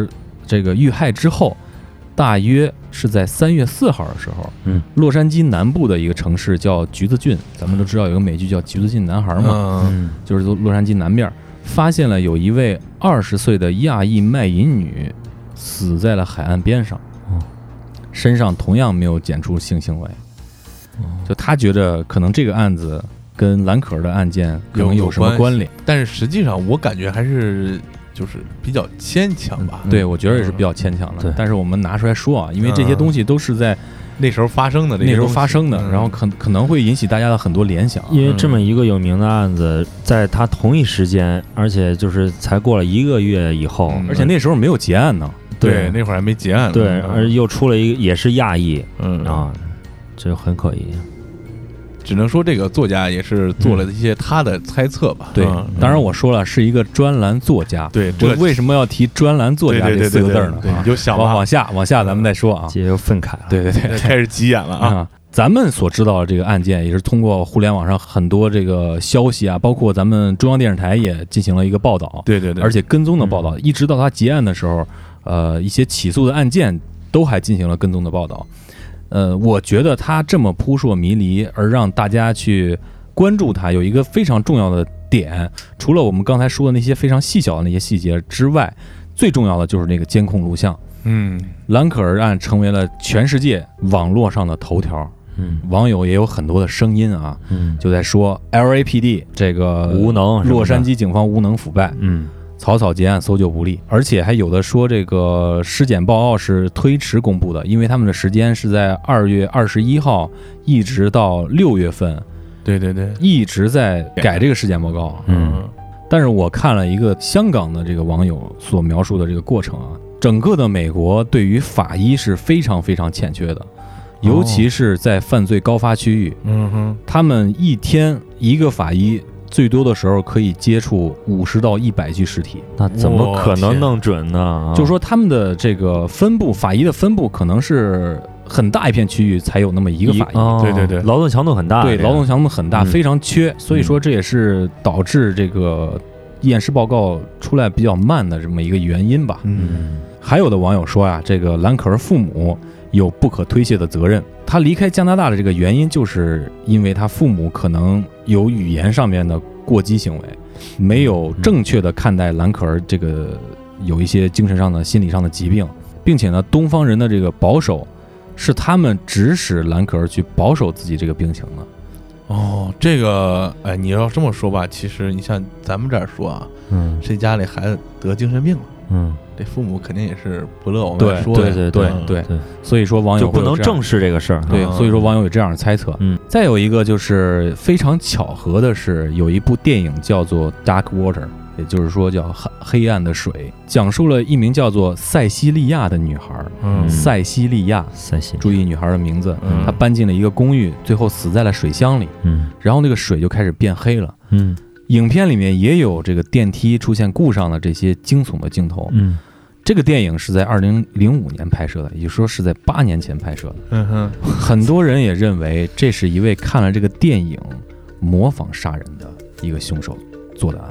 这个遇害之后，大约是在3月4号的时候，洛杉矶南部的一个城市叫橘子郡，咱们都知道有个美剧叫《橘子郡男孩》嘛，就是洛杉矶南边发现了有一位20岁的亚裔卖淫女死在了海岸边上，身上同样没有检出性行为，就他觉得可能这个案子跟兰可儿的案件可能有什么关联， 但是实际上我感觉还是就是比较牵强吧。 对，我觉得也是比较牵强的。但是我们拿出来说啊，因为这些东西都是在那时候发生的， 那时候发生的，然后可能会引起大家的很多联想。 因为这么一个有名的案子，在他同一时间，而且就是才过了1个月以后， 而且那时候没有结案呢。 对，那会儿还没结案呢。 对，而又出了一个也是亚裔，这很可疑。 只能说这个作家也是做了一些他的猜测吧。 对，当然我说了是一个专栏作家。 对， 我为什么要提专栏作家这4个字呢？ 对，你就想往下咱们再说啊。 这又愤慨了。 对， 开始急眼了啊！ 咱们所知道的这个案件，也是通过互联网上很多这个消息啊，包括咱们中央电视台也进行了一个报道。 对， 而且跟踪的报道，一直到他结案的时候，一些起诉的案件都还进行了跟踪的报道。我觉得他这么扑朔迷离，而让大家去关注他，有一个非常重要的点，除了我们刚才说的那些非常细小的那些细节之外，最重要的就是那个监控录像。兰可儿案成为了全世界网络上的头条。网友也有很多的声音啊，就在说 LAPD 这个无能， 洛杉矶警方无能腐败，草草结案，搜救不力，而且还有的说这个尸检报告是推迟公布的，因为他们的时间是在2月21号一直到6月份， 对， 一直在改这个尸检报告。但是我看了一个香港的这个网友所描述的这个过程啊，整个的美国对于法医是非常非常欠缺的，尤其是在犯罪高发区域，他们一天一个法医最多的时候可以接触50到100具尸体， 那怎么可能弄准呢？ 就是说他们的这个分布，法医的分布可能是很大一片区域才有那么一个法医， 对，劳动强度很大， 对，劳动强度很大，非常缺，所以说这也是导致这个验尸报告出来比较慢的这么一个原因吧。还有的网友说啊，这个兰可儿父母有不可推卸的责任。他离开加拿大的这个原因，就是因为他父母可能有语言上面的过激行为，没有正确的看待兰可儿这个有一些精神上的、心理上的疾病，并且呢，东方人的这个保守是他们指使兰可儿去保守自己这个病情的。 这个你要这么说吧，其实你像咱们这儿说啊，谁家里孩子得精神病了，这父母肯定也是不乐往外说的。 对，所以说网友就不能正视这个事儿。 对，所以说网友有这样的猜测。再有一个就是非常巧合的是，有一部电影叫做《Dark Water》，也就是说叫黑暗的水，讲述了一名叫做塞西利亚的女孩。塞西利亚，注意女孩的名字。她搬进了一个公寓，最后死在了水箱里。然后那个水就开始变黑了。影片里面也有这个电梯出现故障的这些惊悚的镜头。这个电影是在2005年拍摄的，也就是说是在8年前拍摄的。很多人也认为这是一位看了这个电影模仿杀人的一个凶手做的案。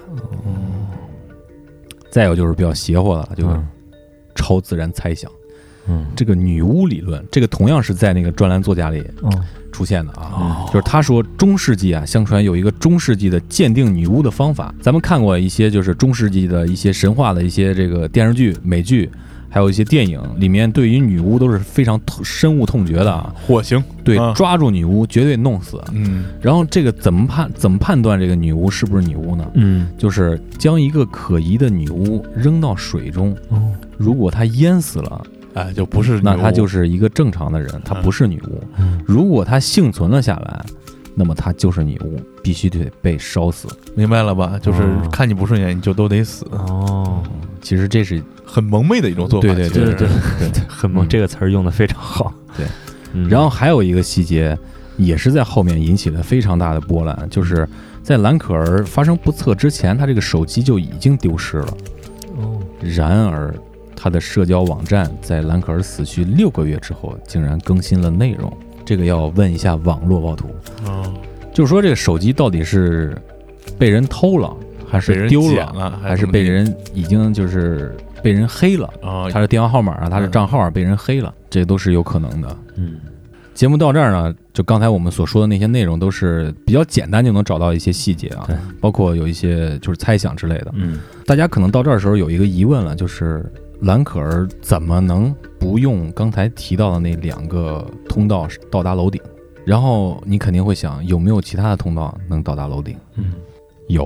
再有就是比较邪乎的了，就是超自然猜想。这个女巫理论，这个同样是在那个专栏作家里出现的啊。就是他说中世纪啊，相传有一个中世纪的鉴定女巫的方法。咱们看过一些就是中世纪的一些神话的一些这个电视剧、美剧，还有一些电影里面对于女巫都是非常深恶痛绝的啊， 火刑。 对，抓住女巫绝对弄死。然后这个怎么判断这个女巫是不是女巫呢？就是将一个可疑的女巫扔到水中，如果她淹死了， 就不是女巫， 那她就是一个正常的人，她不是女巫。如果她幸存了下来，那么她就是女巫，必须得被烧死。 明白了吧？就是看你不顺眼，你就都得死。 其实这是很蒙昧的一种做法。 对， 很蒙，这个词儿用的非常好。 对，然后还有一个细节，也是在后面引起了非常大的波澜，就是在兰可儿发生不测之前，她这个手机就已经丢失了。然而他的社交网站在兰可儿死去6个月之后竟然更新了内容，这个要问一下网络暴徒。就是说这个手机到底是被人偷了，还是丢了，还是被人已经就是被人黑了， 啊， 他的电话号码啊，他的账号被人黑了，这都是有可能的。节目到这儿呢，就刚才我们所说的那些内容都是比较简单就能找到一些细节啊，包括有一些就是猜想之类的。大家可能到这儿的时候有一个疑问了，就是兰可儿怎么能不用刚才提到的那2个通道到达楼顶？然后你肯定会想，有没有其他的通道能到达楼顶？有。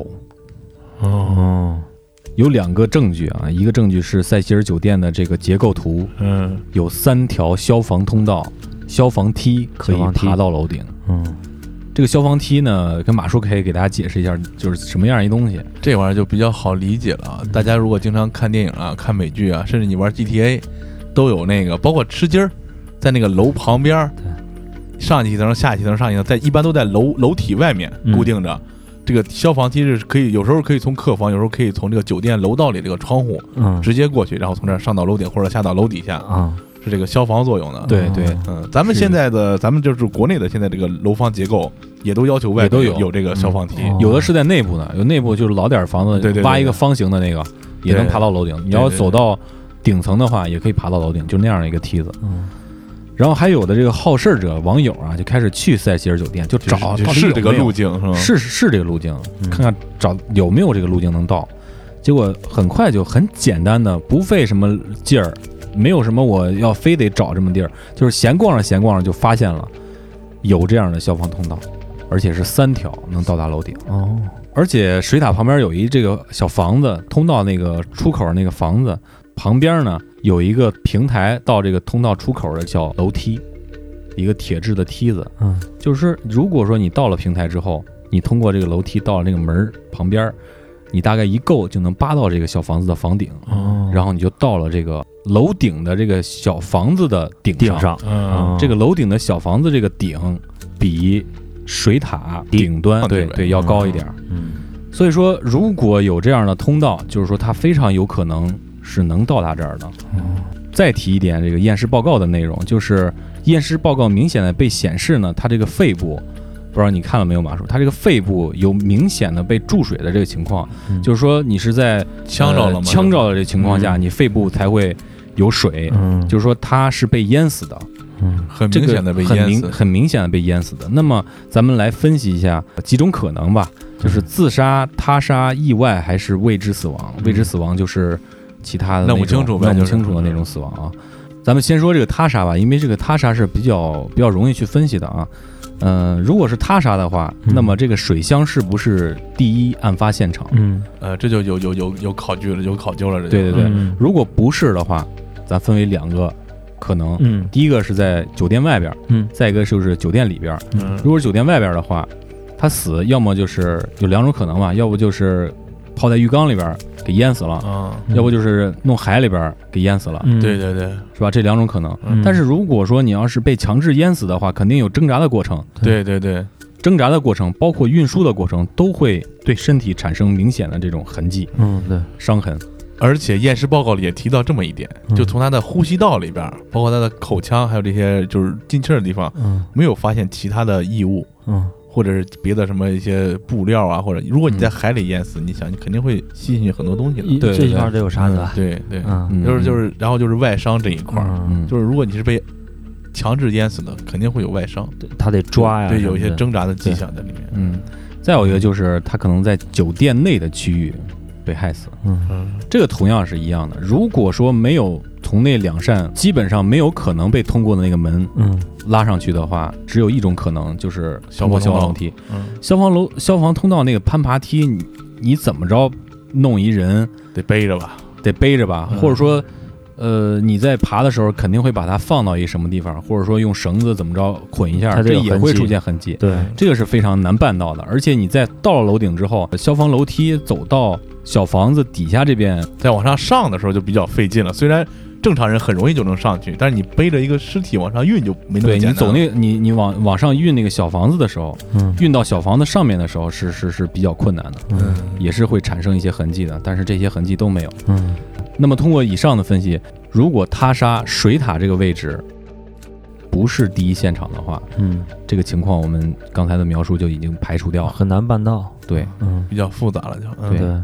有2个证据啊，一个证据是塞西尔酒店的这个结构图，有3条消防通道、消防梯可以爬到楼顶。这个消防梯呢，跟马叔可以给大家解释一下，就是什么样一东西。 这玩意儿就比较好理解了。大家如果经常看电影啊、看美剧啊，甚至你玩 GTA， 都有那个，包括吃鸡儿，在那个楼旁边，上几层、下几层、上几层，一般都在楼体外面固定着。这个消防梯是可以，有时候可以从客房，有时候可以从这个酒店楼道里这个窗户，直接过去，然后从这儿上到楼顶或者下到楼底下，是这个消防作用的。 对对， 咱们现在的，咱们就是国内的现在这个楼房结构也都要求外都有这个消防梯， 有的是在内部呢，有内部就是老点房子挖一个方形的那个，也能爬到楼顶。你要走到顶层的话，也可以爬到楼顶，就那样的一个梯子。然后还有的这个好事者网友啊，就开始去塞西尔酒店，就找到底是这个路径是吗？ 是这个路径，看看找有没有这个路径能到。结果很快就很简单的，不费什么劲儿，没有什么我要非得找这么地儿，就是闲逛着就发现了有这样的消防通道，而且是3条能到达楼顶。而且水塔旁边有一这个小房子，通道那个出口那个房子旁边呢，有一个平台到这个通道出口的小楼梯，一个铁质的梯子。就是如果说你到了平台之后，你通过这个楼梯到了那个门旁边，你大概一够就能扒到这个小房子的房顶，然后你就到了这个楼顶的这个小房子的顶上。这个楼顶的小房子这个顶比水塔顶端对要高一点。所以说如果有这样的通道，就是说它非常有可能是能到达这儿的。再提一点这个验尸报告的内容，就是验尸报告明显的被显示呢，它这个肺部，不知道你看了没有马叔，它这个肺部有明显的被注水的这个情况，就是说你是在呛着了吗？ 呛着的这情况下，你肺部才会有水，就是说它是被淹死的。 很明显的被淹死， 很明显的被淹死的。那么咱们来分析一下几种可能吧，就是自杀、他杀、意外还是未知死亡。未知死亡就是其他的弄不清楚的那种死亡啊。咱们先说这个他杀吧，因为这个他杀是比较容易去分析的啊。如果是他杀的话，那么这个水箱是不是第一案发现场？ 这就有考据了，有考究了。 对，如果不是的话，咱分为2个可能。第一个是在酒店外边，再一个就是酒店里边。如果是酒店外边的话，他死要么就是有2种可能嘛，要不就是泡在浴缸里边给淹死了，要不就是弄海里边给淹死了。 对， 是吧？这2种可能。但是如果说你要是被强制淹死的话，肯定有挣扎的过程。 对， 挣扎的过程包括运输的过程，都会对身体产生明显的这种痕迹， 对， 伤痕。 而且验尸报告里也提到这么一点，就从他的呼吸道里边，包括他的口腔，还有这些就是进气的地方，没有发现其他的异物，或者是别的什么一些布料啊，或者如果你在海里淹死，你想你肯定会吸进去很多东西的。 对，这块得有沙子。 对，就是然后就是外伤这一块，就是如果你是被强制淹死的，肯定会有外伤， 他得抓呀， 对，有一些挣扎的迹象在里面。 再有一个就是他可能在酒店内的区域被害死。这个同样是一样的。如果说没有从那2扇基本上没有可能被通过的那个门拉上去的话，只有一种可能，就是通过消防楼梯。消防通道那个攀爬梯，你怎么着弄一人得背着吧， 或者说你在爬的时候肯定会把它放到一什么地方，或者说用绳子怎么着捆一下，这也会出现痕迹。 对， 这个是非常难办到的。而且你在到了楼顶之后，消防楼梯走到小房子底下这边， 再往上上的时候就比较费劲了。虽然正常人很容易就能上去，但是你背着一个尸体往上运就没那么简单。对，你走那个你往上运那个小房子的时候，运到小房子上面的时候是比较困难的，也是会产生一些痕迹的。但是这些痕迹都没有。那么通过以上的分析，如果他杀水塔这个位置不是第一现场的话，这个情况我们刚才的描述就已经排除掉了， 很难办到。 对， 比较复杂了就。 对。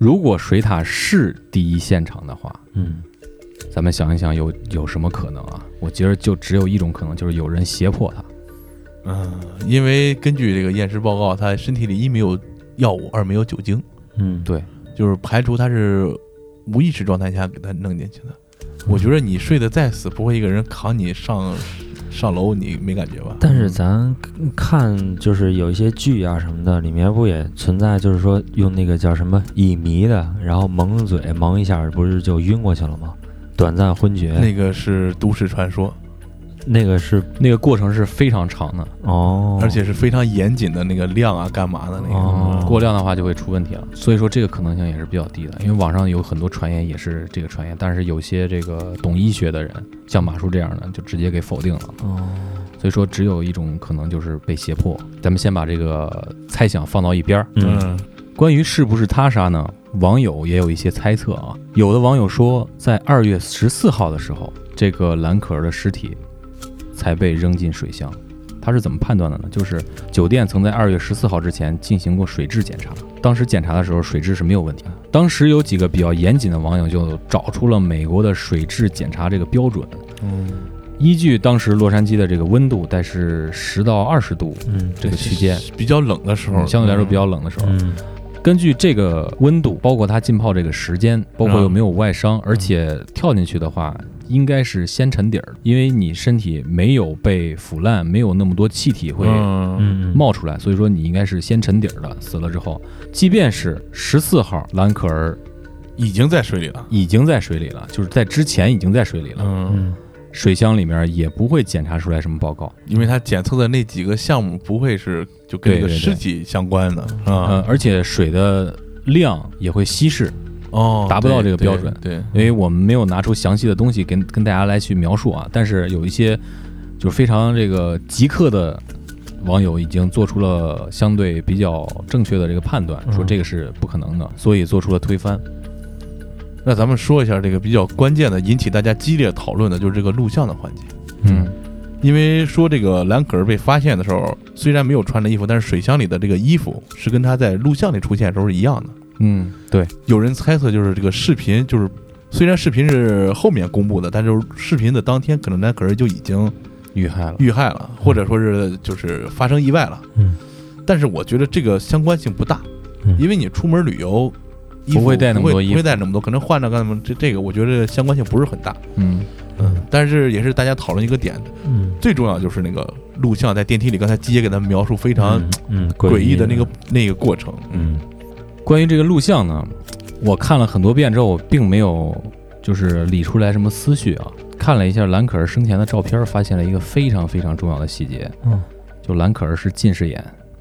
如果水塔是第一现场的话，咱们想一想有什么可能啊？我觉得就只有一种可能，就是有人胁迫他。 因为根据这个验尸报告，他身体里一没有药物，二没有酒精。 对， 就是排除他是无意识状态下给他弄进去的。我觉得你睡得再死，不会一个人扛你上楼，你没感觉吧？ 但是咱看就是有一些剧啊什么的，里面不也存在，就是说用那个叫什么乙醚的，然后蒙着嘴蒙一下，不是就晕过去了吗？短暂昏厥。 那个是都市传说。 那个过程是非常长的而且是非常严谨的那个量啊，干嘛的那个过量的话就会出问题了。所以说这个可能性也是比较低的，因为网上有很多传言也是这个传言，但是有些这个懂医学的人，像马叔这样的，就直接给否定了。所以说只有一种可能就是被胁迫。咱们先把这个猜想放到一边。关于是不是他杀呢？网友也有一些猜测啊。有的网友说，在2月14号的时候，这个蓝可儿的尸体才被扔进水箱。他是怎么判断的呢？就是酒店曾在2月14号之前进行过水质检查，当时检查的时候水质是没有问题的。当时有几个比较严谨的网友就找出了美国的水质检查这个标准。依据当时洛杉矶的这个温度，但是10到20度这个区间， 比较冷的时候， 相对来说比较冷的时候，根据这个温度，包括它浸泡这个时间，包括有没有外伤，而且跳进去的话应该是先沉底儿，因为你身体没有被腐烂，没有那么多气体会冒出来，所以说你应该是先沉底儿的。死了之后，即便是14号蓝可儿已经在水里了， 就是在之前已经在水里了。水箱里面也不会检查出来什么报告， 因为他检测的那几个项目不会是就跟这个尸体相关的。 而且水的量也会稀释，达不到这个标准。 对， 因为我们没有拿出详细的东西跟大家来去描述啊，但是有一些就是非常这个极客的网友已经做出了相对比较正确的这个判断，说这个是不可能的，所以做出了推翻。 那咱们说一下这个比较关键的引起大家激烈讨论的就是这个录像的环节。因为说这个蓝可儿被发现的时候，虽然没有穿着衣服，但是水箱里的这个衣服是跟他在录像里出现的时候是一样的。 对， 有人猜测就是这个视频，就是虽然视频是后面公布的，但是视频的当天可能蓝可儿就已经遇害了， 或者说是就是发生意外了。但是我觉得这个相关性不大，因为你出门旅游不会带那么多衣服， 不会带那么多，可能换着干嘛？这个我觉得相关性不是很大。但是也是大家讨论一个点的。最重要就是那个录像在电梯里，刚才基爷给他描述非常诡异的那个过程。 关于这个录像呢，我看了很多遍之后，我并没有就是理出来什么思绪啊。看了一下蓝可儿生前的照片，发现了一个非常非常重要的细节。就蓝可儿是近视眼。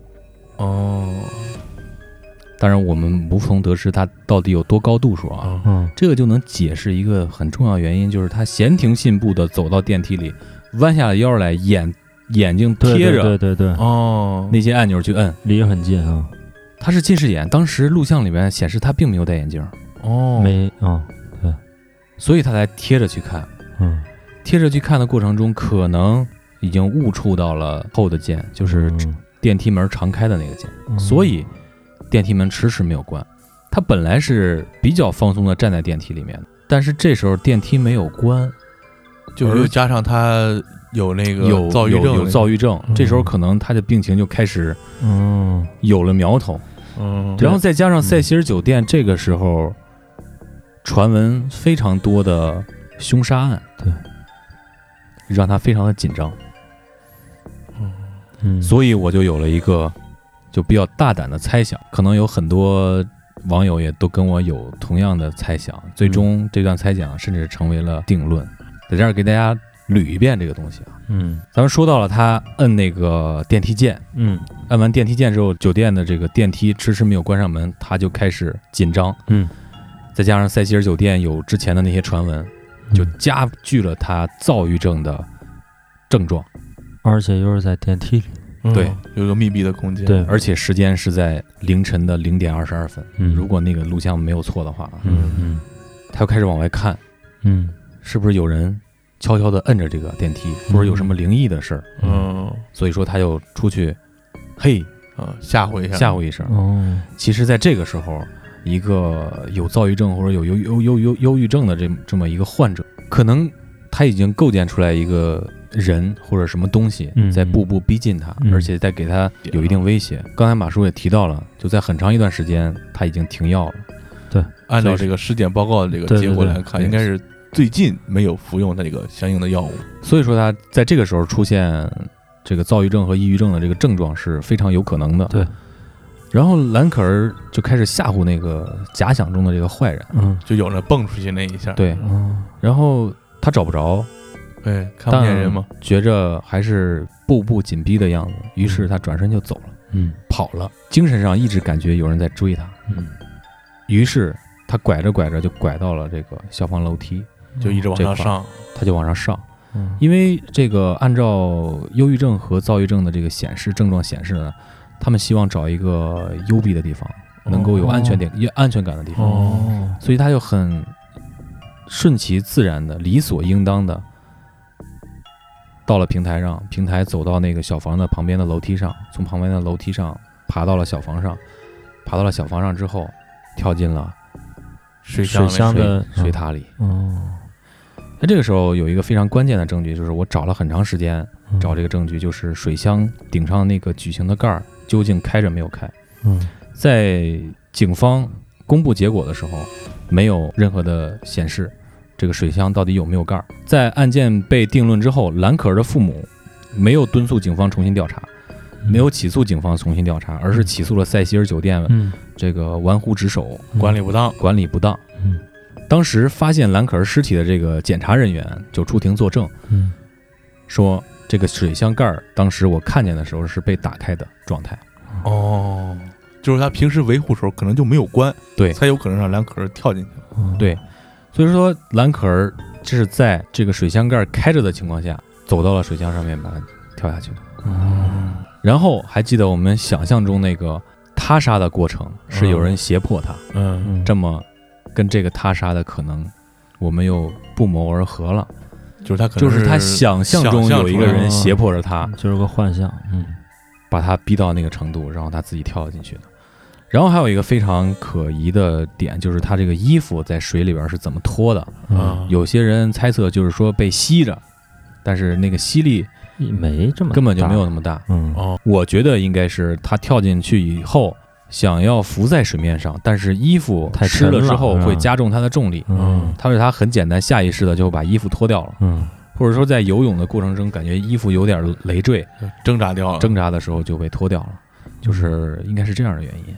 当然我们无从得知他到底有多高度数啊。这个就能解释一个很重要原因，就是他闲庭信步的走到电梯里，弯下了腰来，眼睛贴着那些按钮去摁， 离得很近啊。 他是近视眼，当时录像里面显示他并没有戴眼镜。 对， 所以他才贴着去看。贴着去看的过程中，可能已经误触到了后的键，就是电梯门常开的那个键，所以电梯门迟迟没有关。他本来是比较放松的站在电梯里面，但是这时候电梯没有关， 就又加上他有那个有躁郁症，这时候可能他的病情就开始有了苗头。然后再加上塞西尔酒店这个时候传闻非常多的凶杀案， 对， 让他非常的紧张。所以我就有了一个就比较大胆的猜想，可能有很多网友也都跟我有同样的猜想，最终这段猜想甚至成为了定论。在这儿给大家捋一遍这个东西啊。咱们说到了他摁那个电梯键，按完电梯键之后，酒店的这个电梯迟迟没有关上门，他就开始紧张。再加上塞西尔酒店有之前的那些传闻，就加剧了他躁郁症的症状， 而且又是在电梯里。 对， 有个密闭的空间。 对， 而且时间是在凌晨的0点22分。如果那个录像没有错的话，他又开始往外看，是不是有人悄悄地摁着这个电梯，或者有什么灵异的事儿？所以说他又出去，嘿， 吓唬一声。 其实在这个时候， 一个有躁郁症或者有忧郁症的这么一个患者，可能他已经构建出来一个人或者什么东西在步步逼近他，而且在给他有一定威胁。刚才马叔也提到了，就在很长一段时间他已经停药了。 对， 按照这个尸检报告的这个结果来看，应该是最近没有服用这个相应的药物， 所以说他在这个时候出现这个躁郁症和抑郁症的这个症状是非常有可能的。 对。 然后兰可儿就开始吓唬那个假想中的这个坏人， 就有人蹦出去那一下， 对，然后他找不着， 对，看不见人吗？ 觉着还是步步紧逼的样子，于是他转身就走了，跑了，精神上一直感觉有人在追他，于是他拐着拐着就拐到了这个消防楼梯， 就一直往上上， 他就往上上，因为这个按照忧郁症和躁郁症的这个症状显示呢。他们希望找一个幽闭的地方，能够有安全感的地方，所以他就很顺其自然的、理所应当的到了平台上，平台走到那个小房的旁边的楼梯上，从旁边的楼梯上爬到了小房上，爬到了小房上之后，跳进了水箱的水塔里。那这个时候有一个非常关键的证据，就是我找了很长时间找这个证据，就是水箱顶上那个矩形的盖儿究竟开着没有开。在警方公布结果的时候，没有任何的显示这个水箱到底有没有盖儿。在案件被定论之后，兰可儿的父母没有敦促警方重新调查，没有起诉警方重新调查，而是起诉了塞西尔酒店这个玩忽职守、管理不当。当时发现兰可儿尸体的这个检查人员就出庭作证，说这个水箱盖当时我看见的时候是被打开的状态。 就是他平时维护的时候可能就没有关， 对， 才有可能让兰可儿跳进去。 对，所以说兰可儿这是在这个水箱盖开着的情况下走到了水箱上面，把它跳下去的。然后还记得我们想象中那个他杀的过程是有人胁迫他，这么跟这个他杀的可能我们又不谋而合了， 就是他可能就是他想象中有一个人胁迫着他， 就是个幻象， 把他逼到那个程度，然后他自己跳进去的。然后还有一个非常可疑的点，就是他这个衣服在水里边是怎么脱的。有些人猜测就是说被吸着，但是那个吸力没这么大， 根本就没有那么大。我觉得应该是他跳进去以后想要浮在水面上，但是衣服湿了之后会加重他的重力，他很简单下意识的就把衣服脱掉了，或者说在游泳的过程中感觉衣服有点累赘， 挣扎掉了， 挣扎的时候就被脱掉了，就是应该是这样的原因。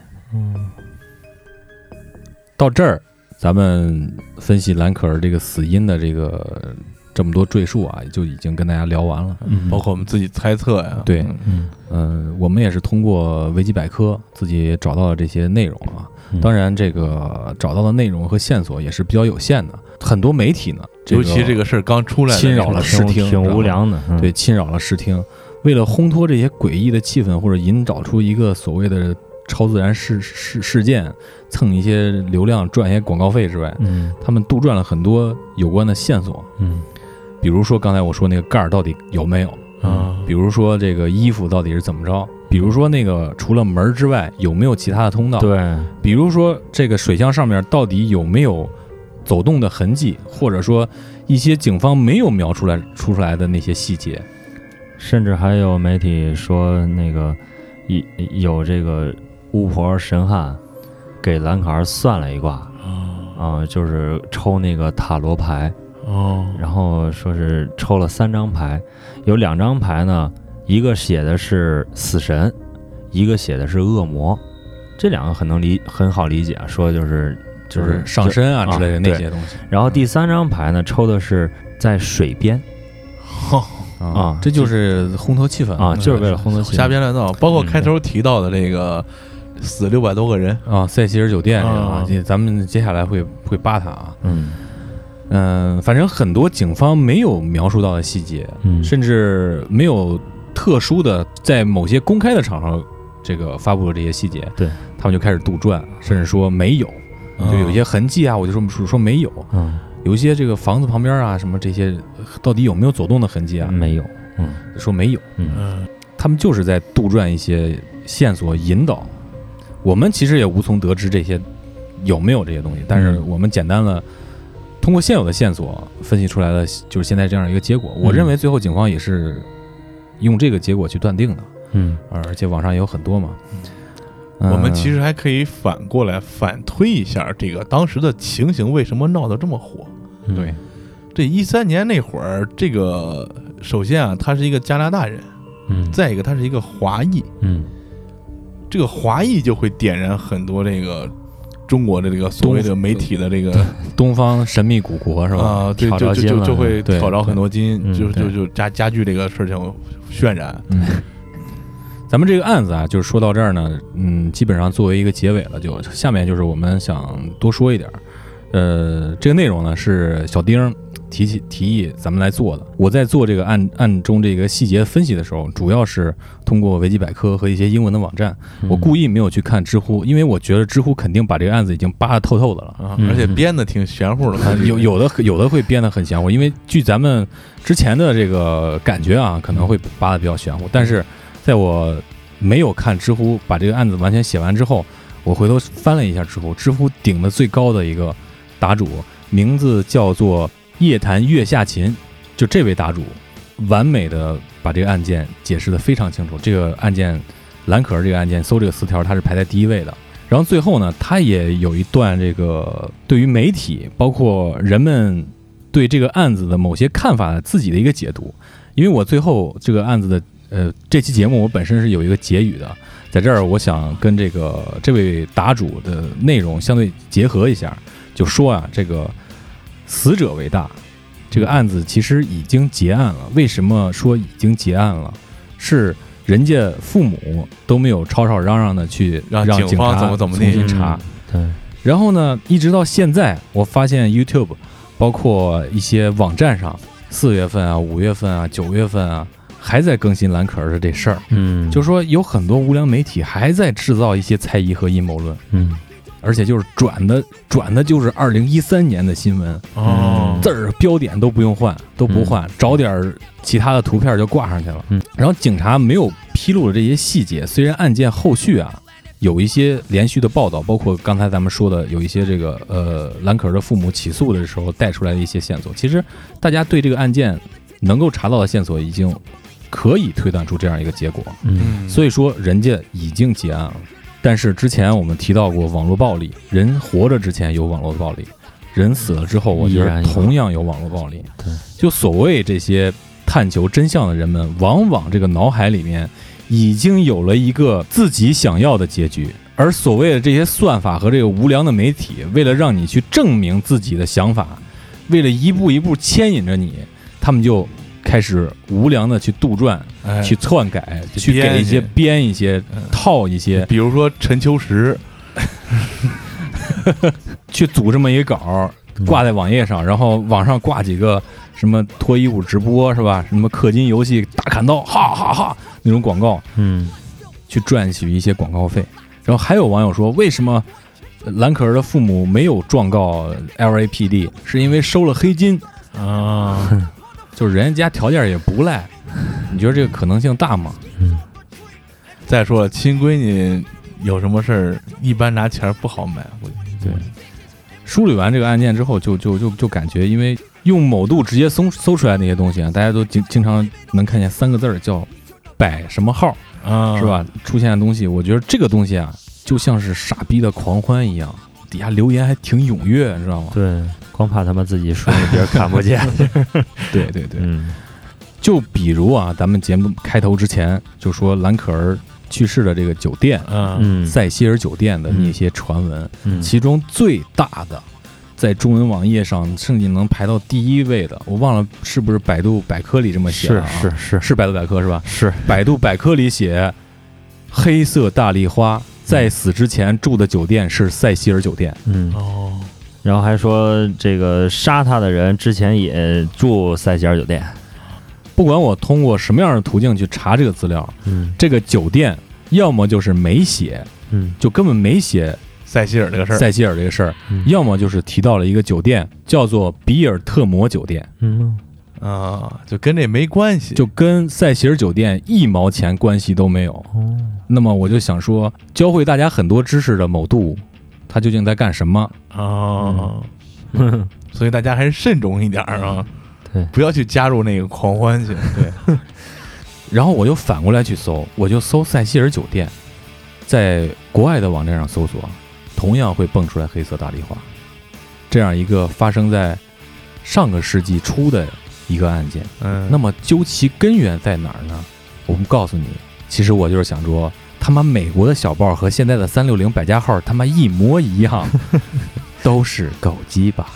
到这儿咱们分析兰可儿这个死因的这么多赘述啊，就已经跟大家聊完了， 包括我们自己猜测呀。 对，我们也是通过维基百科自己找到了这些内容啊。当然，这个找到的内容和线索也是比较有限的。很多媒体呢， 尤其这个事儿刚出来， 侵扰了视听， 挺无良的。 对，侵扰了视听。为了烘托这些诡异的气氛，或者引导出一个所谓的超自然事件，蹭一些流量，赚一些广告费之外，他们杜撰了很多有关的线索。比如说刚才我说那个盖儿到底有没有？比如说这个衣服到底是怎么着？比如说那个除了门之外有没有其他的通道？ 对， 比如说这个水箱上面到底有没有走动的痕迹，或者说一些警方没有描出来的那些细节。 甚至还有媒体说那个有这个巫婆神汉给兰可儿算了一卦，就是抽那个塔罗牌。然后说是抽了3张牌，有2张牌呢，一个写的是死神，一个写的是恶魔，这2个很好理解，说就是上身啊之类的那些东西。 然后第3张牌呢，抽的是在水边， 这就是烘托气氛啊，就是为了烘托气氛， 瞎编乱造。包括开头提到的这个死600多个人啊，塞西尔酒店咱们接下来会扒它啊。反正很多警方没有描述到的细节，甚至没有特殊的在某些公开的场合这个发布了这些细节， 对， 他们就开始杜撰，甚至说没有，就有些痕迹啊，我就说没有，有一些这个房子旁边啊什么这些到底有没有走动的痕迹啊？ 没有， 说没有，他们就是在杜撰一些线索引导，我们其实也无从得知这些有没有这些东西，但是我们简单的通过现有的线索分析出来的就是现在这样一个结果。我认为最后警方也是用这个结果去断定的，而且网上也有很多嘛。 我们其实还可以反过来反推一下这个当时的情形为什么闹得这么火。 对， 这13年那会儿，这个首先啊，他是一个加拿大人，再一个他是一个华裔，这个华裔就会点燃很多这个中国的这个所谓的媒体的这个东方神秘古国是吧？ 啊，对，就会挑着很多金，就加剧这个事情渲染。 咱们这个案子啊，就是说到这儿呢，基本上作为一个结尾了，就下面就是我们想多说一点。这个内容呢是小丁提议咱们来做的。我在做这个案中这个细节分析的时候，主要是通过维基百科和一些英文的网站。我故意没有去看知乎，因为我觉得知乎肯定把这个案子已经扒得透透的了， 而且编的挺玄乎的。 有的会编得很玄乎，因为据咱们之前的这个感觉啊，可能会扒得比较玄乎。但是在我没有看知乎把这个案子完全写完之后，我回头翻了一下知乎顶的最高的一个答主，名字叫做夜谈月下琴，就这位答主完美的把这个案件解释得非常清楚。这个案件蓝可儿这个案件搜这个词条，它是排在第一位的。然后最后呢，他也有一段这个对于媒体包括人们对这个案子的某些看法自己的一个解读。因为我最后这个案子的这期节目我本身是有一个结语的，在这儿我想跟这位答主的内容相对结合一下，就说啊，这个死者为大，这个案子其实已经结案了。为什么说已经结案了？是人家父母都没有吵吵嚷嚷的去让警察怎么重新查。 对。 然后呢，一直到现在，我发现 YouTube 包括一些网站上，4月份啊、5月份啊、9月份啊，还在更新蓝可儿的这事儿。就是说有很多无良媒体还在制造一些猜疑和阴谋论。而且就是转的就是2013年的新闻，字儿标点都不换，找点其他的图片就挂上去了。然后警察没有披露的这些细节，虽然案件后续啊有一些连续的报道，包括刚才咱们说的有一些这个蓝可儿的父母起诉的时候带出来的一些线索，其实大家对这个案件能够查到的线索已经可以推断出这样一个结果。所以说人家已经结案了。但是之前我们提到过网络暴力，人活着之前有网络暴力，人死了之后我觉得同样有网络暴力。 对， 就所谓这些探求真相的人们，往往这个脑海里面已经有了一个自己想要的结局，而所谓的这些算法和这个无良的媒体，为了让你去证明自己的想法，为了一步一步牵引着你，他们就开始无良的去杜撰、去篡改、去给一些编一些、套一些， 比如说陈秋实去组这么一个稿挂在网页上，然后网上挂几个什么脱衣舞直播是吧？什么氪金游戏大砍刀哈哈哈那种广告，去赚取一些广告费。然后还有网友说，为什么蓝可儿的父母没有状告 LAPD， 是因为收了黑金啊。就是人家条件也不赖，你觉得这个可能性大吗？ 再说了，亲闺女有什么事儿，一般拿钱不好买。 对，梳理完这个案件之后，就感觉，因为用某度直接搜出来那些东西啊，大家都经常能看见3个字叫“摆什么号”啊，是吧？出现的东西，我觉得这个东西啊，就像是傻逼的狂欢一样，底下留言还挺踊跃，知道吗？ 对。光怕他们自己说，别人看不见。 对，就比如啊，咱们节目开头之前就说蓝可儿去世的这个酒店，塞西尔酒店的那些传闻，其中最大的，在中文网页上甚至能排到第1位的，我忘了是不是百度百科里这么写的啊？是百度百科是吧？是百度百科里写，黑色大丽花在死之前住的酒店是塞西尔酒店。 然后还说这个杀他的人之前也住塞西尔酒店。 不管我通过什么样的途径去查这个资料，这个酒店要么就是没写，就根本没写塞西尔这个事儿， 要么就是提到了一个酒店叫做比尔特摩酒店， 就跟这没关系， 就跟塞西尔酒店1毛钱关系都没有。那么我就想说，教会大家很多知识的某度， 他究竟在干什么哦，所以大家还是慎重一点啊， 对， 不要去加入那个狂欢去。对， 然后我又反过来去搜，我就搜塞西尔酒店，在国外的网站上搜索，同样会蹦出来黑色大丽花，这样一个发生在上个世纪初的一个案件。那么究其根源在哪儿呢？我们告诉你，其实我就是想说，他妈美国的小报和现在的360百家号他妈一模一样，都是狗鸡巴。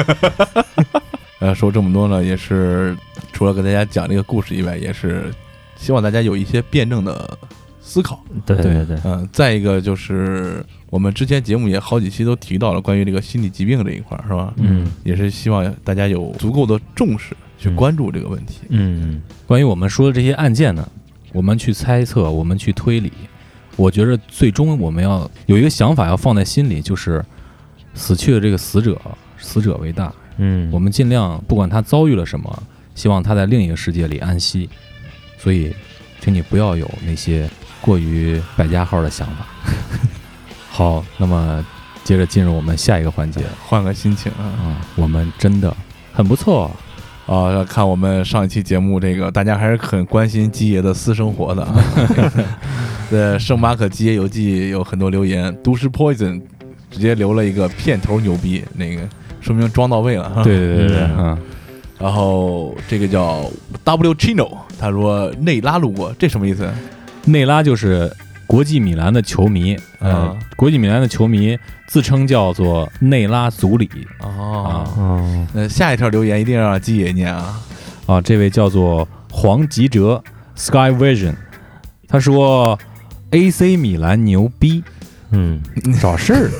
说这么多呢，也是除了给大家讲这个故事以外，也是希望大家有一些辩证的思考。 对对对， 再一个就是我们之前节目也好几期都提到了关于这个心理疾病这一块，是吧？也是希望大家有足够的重视去关注这个问题。 关于我们说的这些案件呢，我们去猜测，我们去推理，我觉得最终我们要有一个想法要放在心里，就是死去的这个死者为大。我们尽量不管他遭遇了什么，希望他在另一个世界里安息。所以请你不要有那些过于百家号的想法。好，那么接着进入我们下一个环节， 换个心情啊。 我们真的很不错看我们上一期节目，这个大家还是很关心基爷的私生活的啊。在圣马可基爷游记有很多留言，都市 Poison 直接留了一个片头牛逼，那个说明装到位了。 对， 然后这个叫 W Chino， 他说内拉路过，这什么意思？ 内拉就是国际米兰的球迷，国际米兰的球迷自称叫做内拉祖里。 那下一条留言一定要让基爷念啊！ 这位叫做黄吉哲 Sky Vision， 他说 AC 米兰牛逼。找事儿。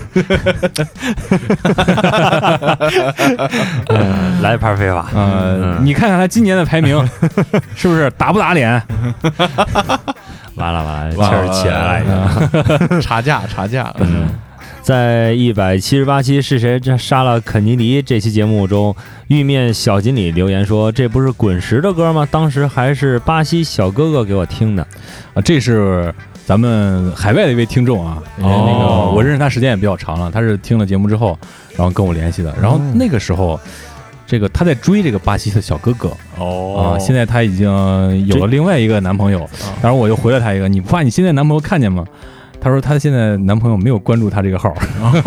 来一盘非法。 你看看他今年的排名，是不是打不打脸？ 完了，气儿起来了， 查价。 在178期是谁杀了肯尼迪这期节目中，玉面小锦鲤留言说：“这不是滚石的歌吗？当时还是巴西小哥哥给我听的。” 这是咱们海外的一位听众啊，那个我认识他时间也比较长了，他是听了节目之后，然后跟我联系的。然后那个时候，这个他在追这个巴西的小哥哥现在他已经有了另外一个男朋友。然后我就回了他一个：“你不怕你现在男朋友看见吗？”他说他现在男朋友没有关注他这个号。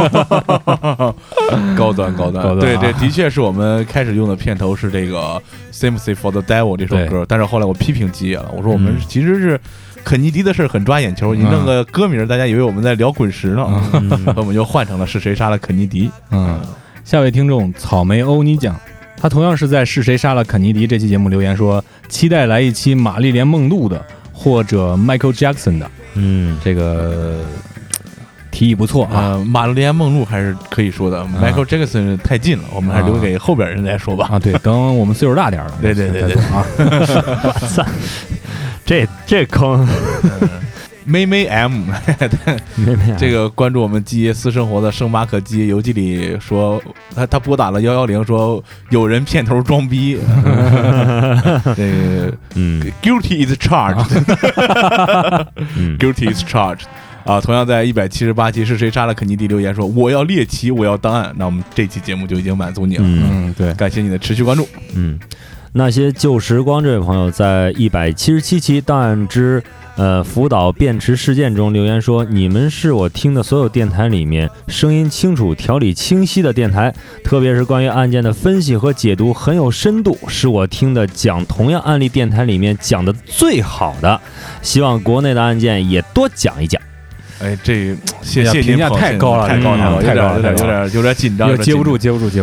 高端。对，这的确是我们开始用的片头是这个 Sympathy for the Devil 这首歌，但是后来我批评基野了，我说我们其实是肯尼迪的事很抓眼球，你弄个歌名大家以为我们在聊滚石呢，我们就换成了是谁杀了肯尼迪。 下位听众草莓欧尼酱，他同样是在是谁杀了肯尼迪这期节目留言说，期待来一期玛丽莲梦露的或者 Michael Jackson 的。这个提议不错啊。 玛丽莲梦露还是可以说的，Michael Jackson 太近了，我们还是留给后边人再说吧。 对，等我们岁数大点了。 对啊。 我操，这坑。 妹妹 M， 这个关注我们基爷私生活的圣马可基爷游记里说，他拨打了110，说有人片头装逼。这个guilty is charged，guilty is charged。同样在178期是谁杀了肯尼迪留言说我要猎奇，我要档案。那我们这期节目就已经满足你了。 对， 感谢你的持续关注。 那些旧时光这位朋友在177期档案之福岛便池事件中留言说，你们是我听的所有电台里面声音清楚条理清晰的电台，特别是关于案件的分析和解读很有深度，是我听的讲同样案例电台里面讲的最好的，希望国内的案件也多讲一讲。 这谢谢评价太高了， 有点紧张， 接不住。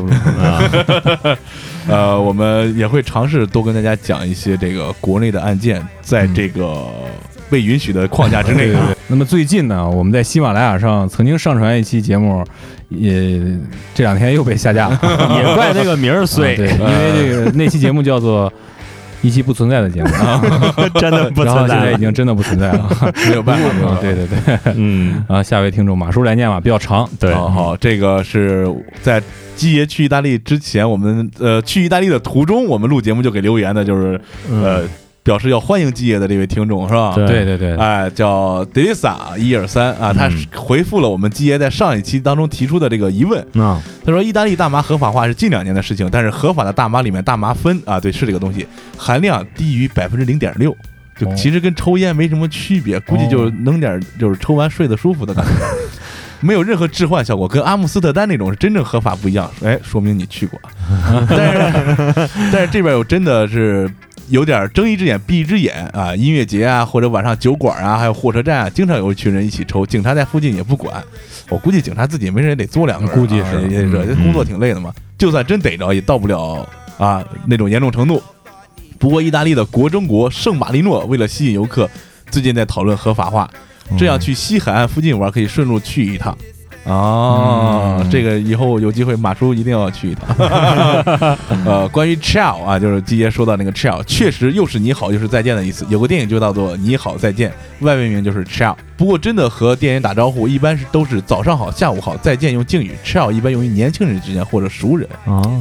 我们也会尝试多跟大家讲一些这个国内的案件，在这个被允许的框架之内。 那么最近呢，我们在喜马拉雅上曾经上传一期节目，也这2天又被下架了， 也怪那个名儿衰。 对，因为这个那期节目叫做一期不存在的节目真的不存在， 然后现在已经真的不存在了， 没有办法。 对，下位听众马叔来念吧，比较长。 对， 好，这个是在基爷去意大利之前，我们去意大利的途中，我们录节目就给留言的，就是表示要欢迎基爷的这位听众是吧？ 对对对， 哎，叫 Delisa123啊，他回复了我们基爷在上一期当中提出的这个疑问。他说意大利大麻合法化是近2年的事情，但是合法的大麻里面大麻酚啊，对，是这个东西含量低于0.6%，就其实跟抽烟没什么区别，估计就弄点就是抽完睡得舒服的感觉。没有任何致幻效果，跟阿姆斯特丹那种是真正合法不一样。哎，说明你去过。但是这边有真的是有点睁一只眼闭一只眼啊！音乐节啊，或者晚上酒馆啊，还有火车站啊，经常有一群人一起抽，警察在附近也不管。我估计警察自己没人也得嘬2根， 估计是也工作挺累的嘛。就算真逮着，也到不了啊那种严重程度。不过，意大利的国中国圣马力诺为了吸引游客，最近在讨论合法化。这样去西海岸附近玩，可以顺路去一趟。这个以后有机会马叔一定要去一趟。关于 ciao 啊，就是基爷说到那个 ciao， 确实又是你好又是再见的意思。有个电影就叫做你好再见，外文名就是 ciao。不过真的和店员打招呼，一般都是早上好、下午好，再见用敬语。ciao 一般用于年轻人之间或者熟人。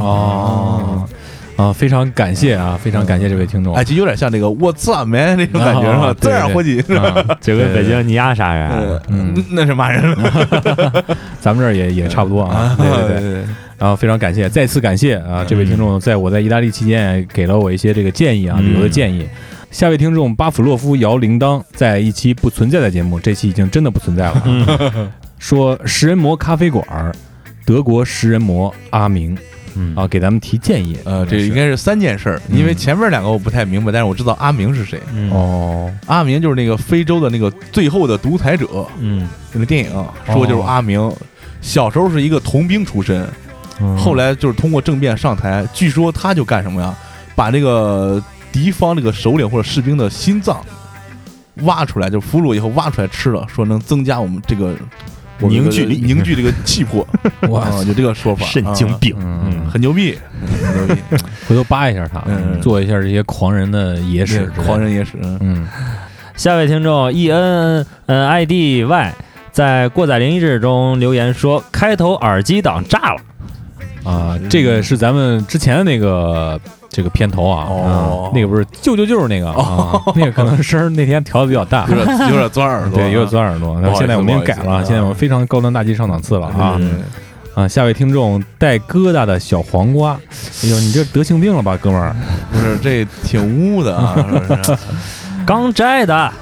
非常感谢啊，非常感谢这位听众。 哎，就有点像这个What's up man那种感觉是吧？自然伙计， 就跟北京你丫啥人？ 那是骂人了。 咱们这儿也差不多啊。对。然后非常感谢，再次感谢啊，这位听众在我在意大利期间给了我一些这个建议啊，旅游的建议。下位听众巴甫洛夫摇铃铛，在一期不存在的节目，这期已经真的不存在了。说食人魔咖啡馆，德国食人魔阿明。给咱们提建议。 这应该是3件事儿，因为前面2个我不太明白，但是我知道阿明是谁。阿明就是那个非洲的那个最后的独裁者。那个电影说就是阿明，小时候是一个童兵出身，后来就是通过政变上台，据说他就干什么呀？把那个敌方这个首领或者士兵的心脏挖出来，就俘虏以后挖出来吃了，说能增加我们这个。凝聚这个气魄，哇，有这个说法， 神经病， 很牛逼，很牛逼。 回头扒一下他，做一下这些狂人的野史， 狂人野史。 下位听众 ENIDY 在过载灵异志中留言说，开头耳机档炸了。 这个是咱们之前的那个这个片头啊，那个不是就是那个那个可能声儿那天调的比较大， 有点钻耳朵， 对，有点钻耳朵。那现在我们也改了，现在我们非常高端大气上档次了啊！下位听众带疙瘩的小黄瓜，哎呦，你这得性病了吧，哥们儿？ 不是，这挺污的啊，是不是？ 刚摘的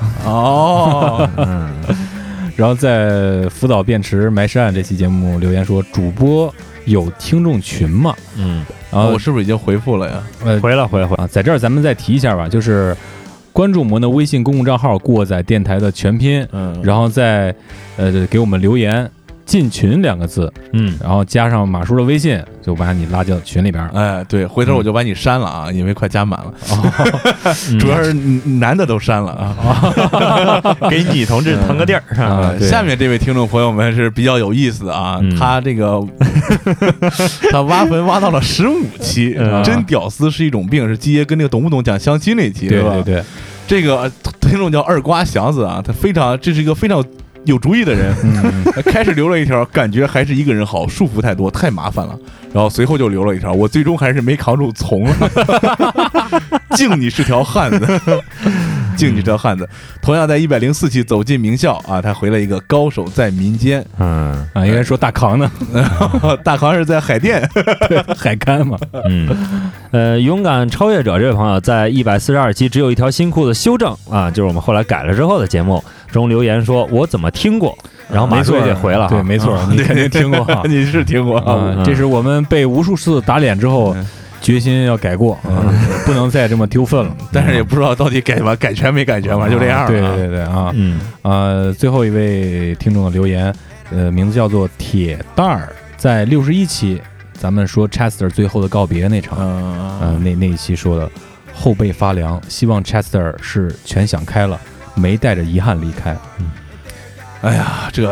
然后在福岛便池埋尸案这期节目留言说，主播有听众群吗？然后我是不是已经回复了呀？ 回了啊，在这儿咱们再提一下吧，就是关注我们的微信公共账号过载电台的全拼，然后再给我们留言进群2个字，然后加上马叔的微信，就把你拉进群里边。 哎，对，回头我就把你删了啊，因为快加满了，主要是男的都删了啊， 给你同志腾个地儿啊。下面这位听众朋友们是比较有意思的啊，他这个他挖坟挖到了15期，真屌丝是一种病，是基爷跟那个懂不懂讲相亲那期， 对吧？ 对， 这个听众叫二瓜祥子啊，这是一个非常有主意的人，开始留了一条，感觉还是一个人好，束缚太多，太麻烦了。然后随后就留了一条，我最终还是没扛住，从了。敬你是条汉子，敬你是条汉子。同样在104期走进名校啊，他回了一个高手在民间， 应该说大扛呢， 大扛是在海淀， 对，海干嘛。 勇敢超越者这位朋友在142期只有一条新裤子修正啊，就是我们后来改了之后的节目中留言说，我怎么听过？然后马叔也给回了， 对，没错，你肯定听过， 你是听过， 这是我们被无数次打脸之后。决心要改过，不能再这么丢份了。 但是也不知道到底改全没改全吧，就这样。 对啊，最后一位听众的留言，名字叫做铁蛋儿，在61期咱们说 Chester 最后的告别那场，那一期说的后背发凉，希望 Chester 是全想开了，没带着遗憾离开。 哎呀，这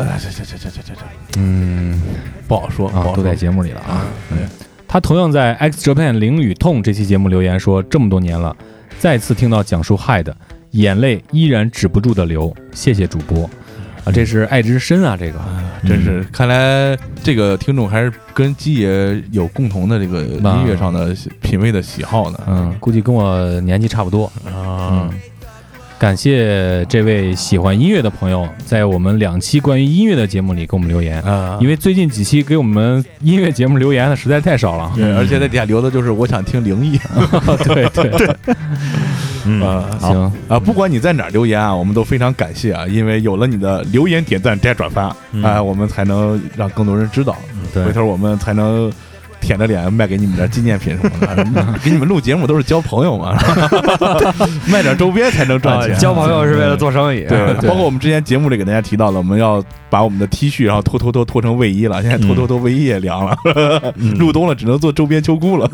不好说啊，都在节目里了啊。他同样在 X Japan 灵与痛这期节目留言说，这么多年了，再次听到讲述害的，眼泪依然止不住的流，谢谢主播啊，这是爱之深啊，这个真是看来这个听众还是跟基爷有共同的这个音乐上的品味的喜好呢。 估计跟我年纪差不多感谢这位喜欢音乐的朋友，在我们2期关于音乐的节目里给我们留言啊，因为最近几期给我们音乐节目留言的实在太少了， 对，而且在底下留的就是我想听灵异， 对，行啊，不管你在哪儿留言啊，我们都非常感谢啊，因为有了你的留言、点赞、加转发啊，我们才能让更多人知道，回头我们才能舔着脸卖给你们点纪念品什么的，给你们录节目都是交朋友嘛，卖点周边才能赚钱。 交朋友是为了做生意， 对，包括我们之前节目里给大家提到了，我们要把我们的 T 恤然后脱成卫衣了，现在脱卫衣也凉了，入冬了只能做周边秋裤了。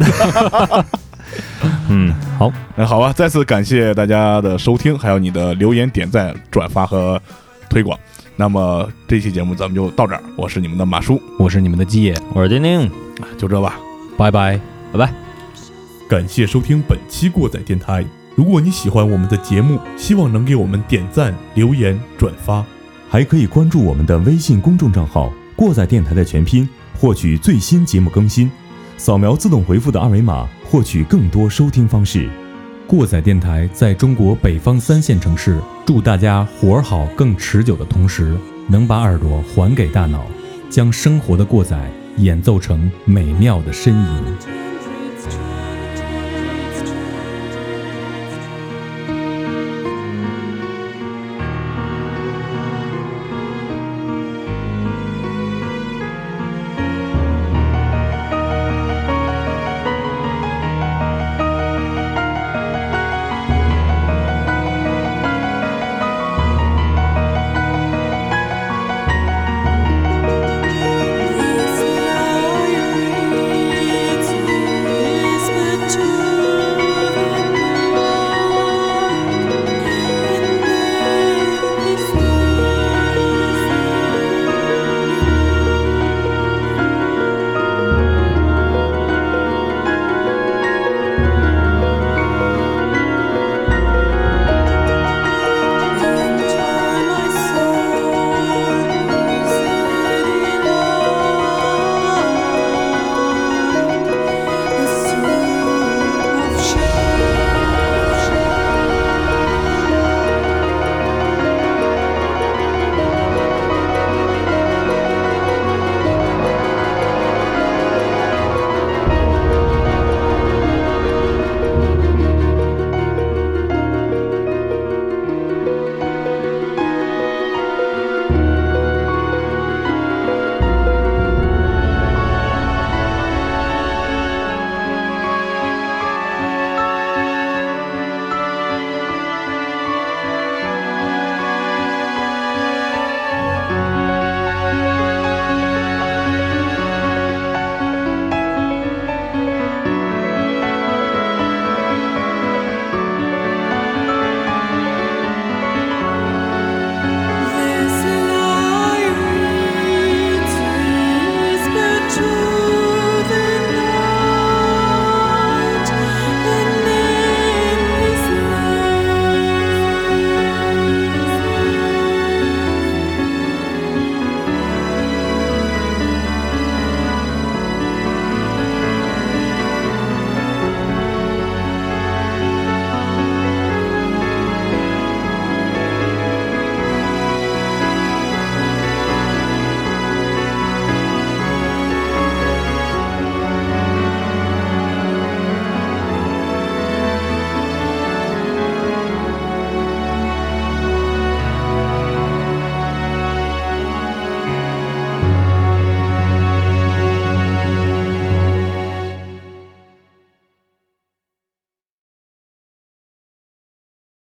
好， 那好吧，再次感谢大家的收听，还有你的留言、点赞、转发和推广。那么这期节目咱们就到这儿，我是你们的马叔， 我是你们的鸡爷， 我是丁丁， 就这吧， 拜拜。 感谢收听本期过载电台。如果你喜欢我们的节目，希望能给我们点赞、留言、转发， 还可以关注我们的微信公众账号“过载电台”的全拼，获取最新节目更新。扫描自动回复的二维码，获取更多收听方式。 过载电台在中国北方3线城市，祝大家活儿好更持久的同时，能把耳朵还给大脑，将生活的过载演奏成美妙的呻吟。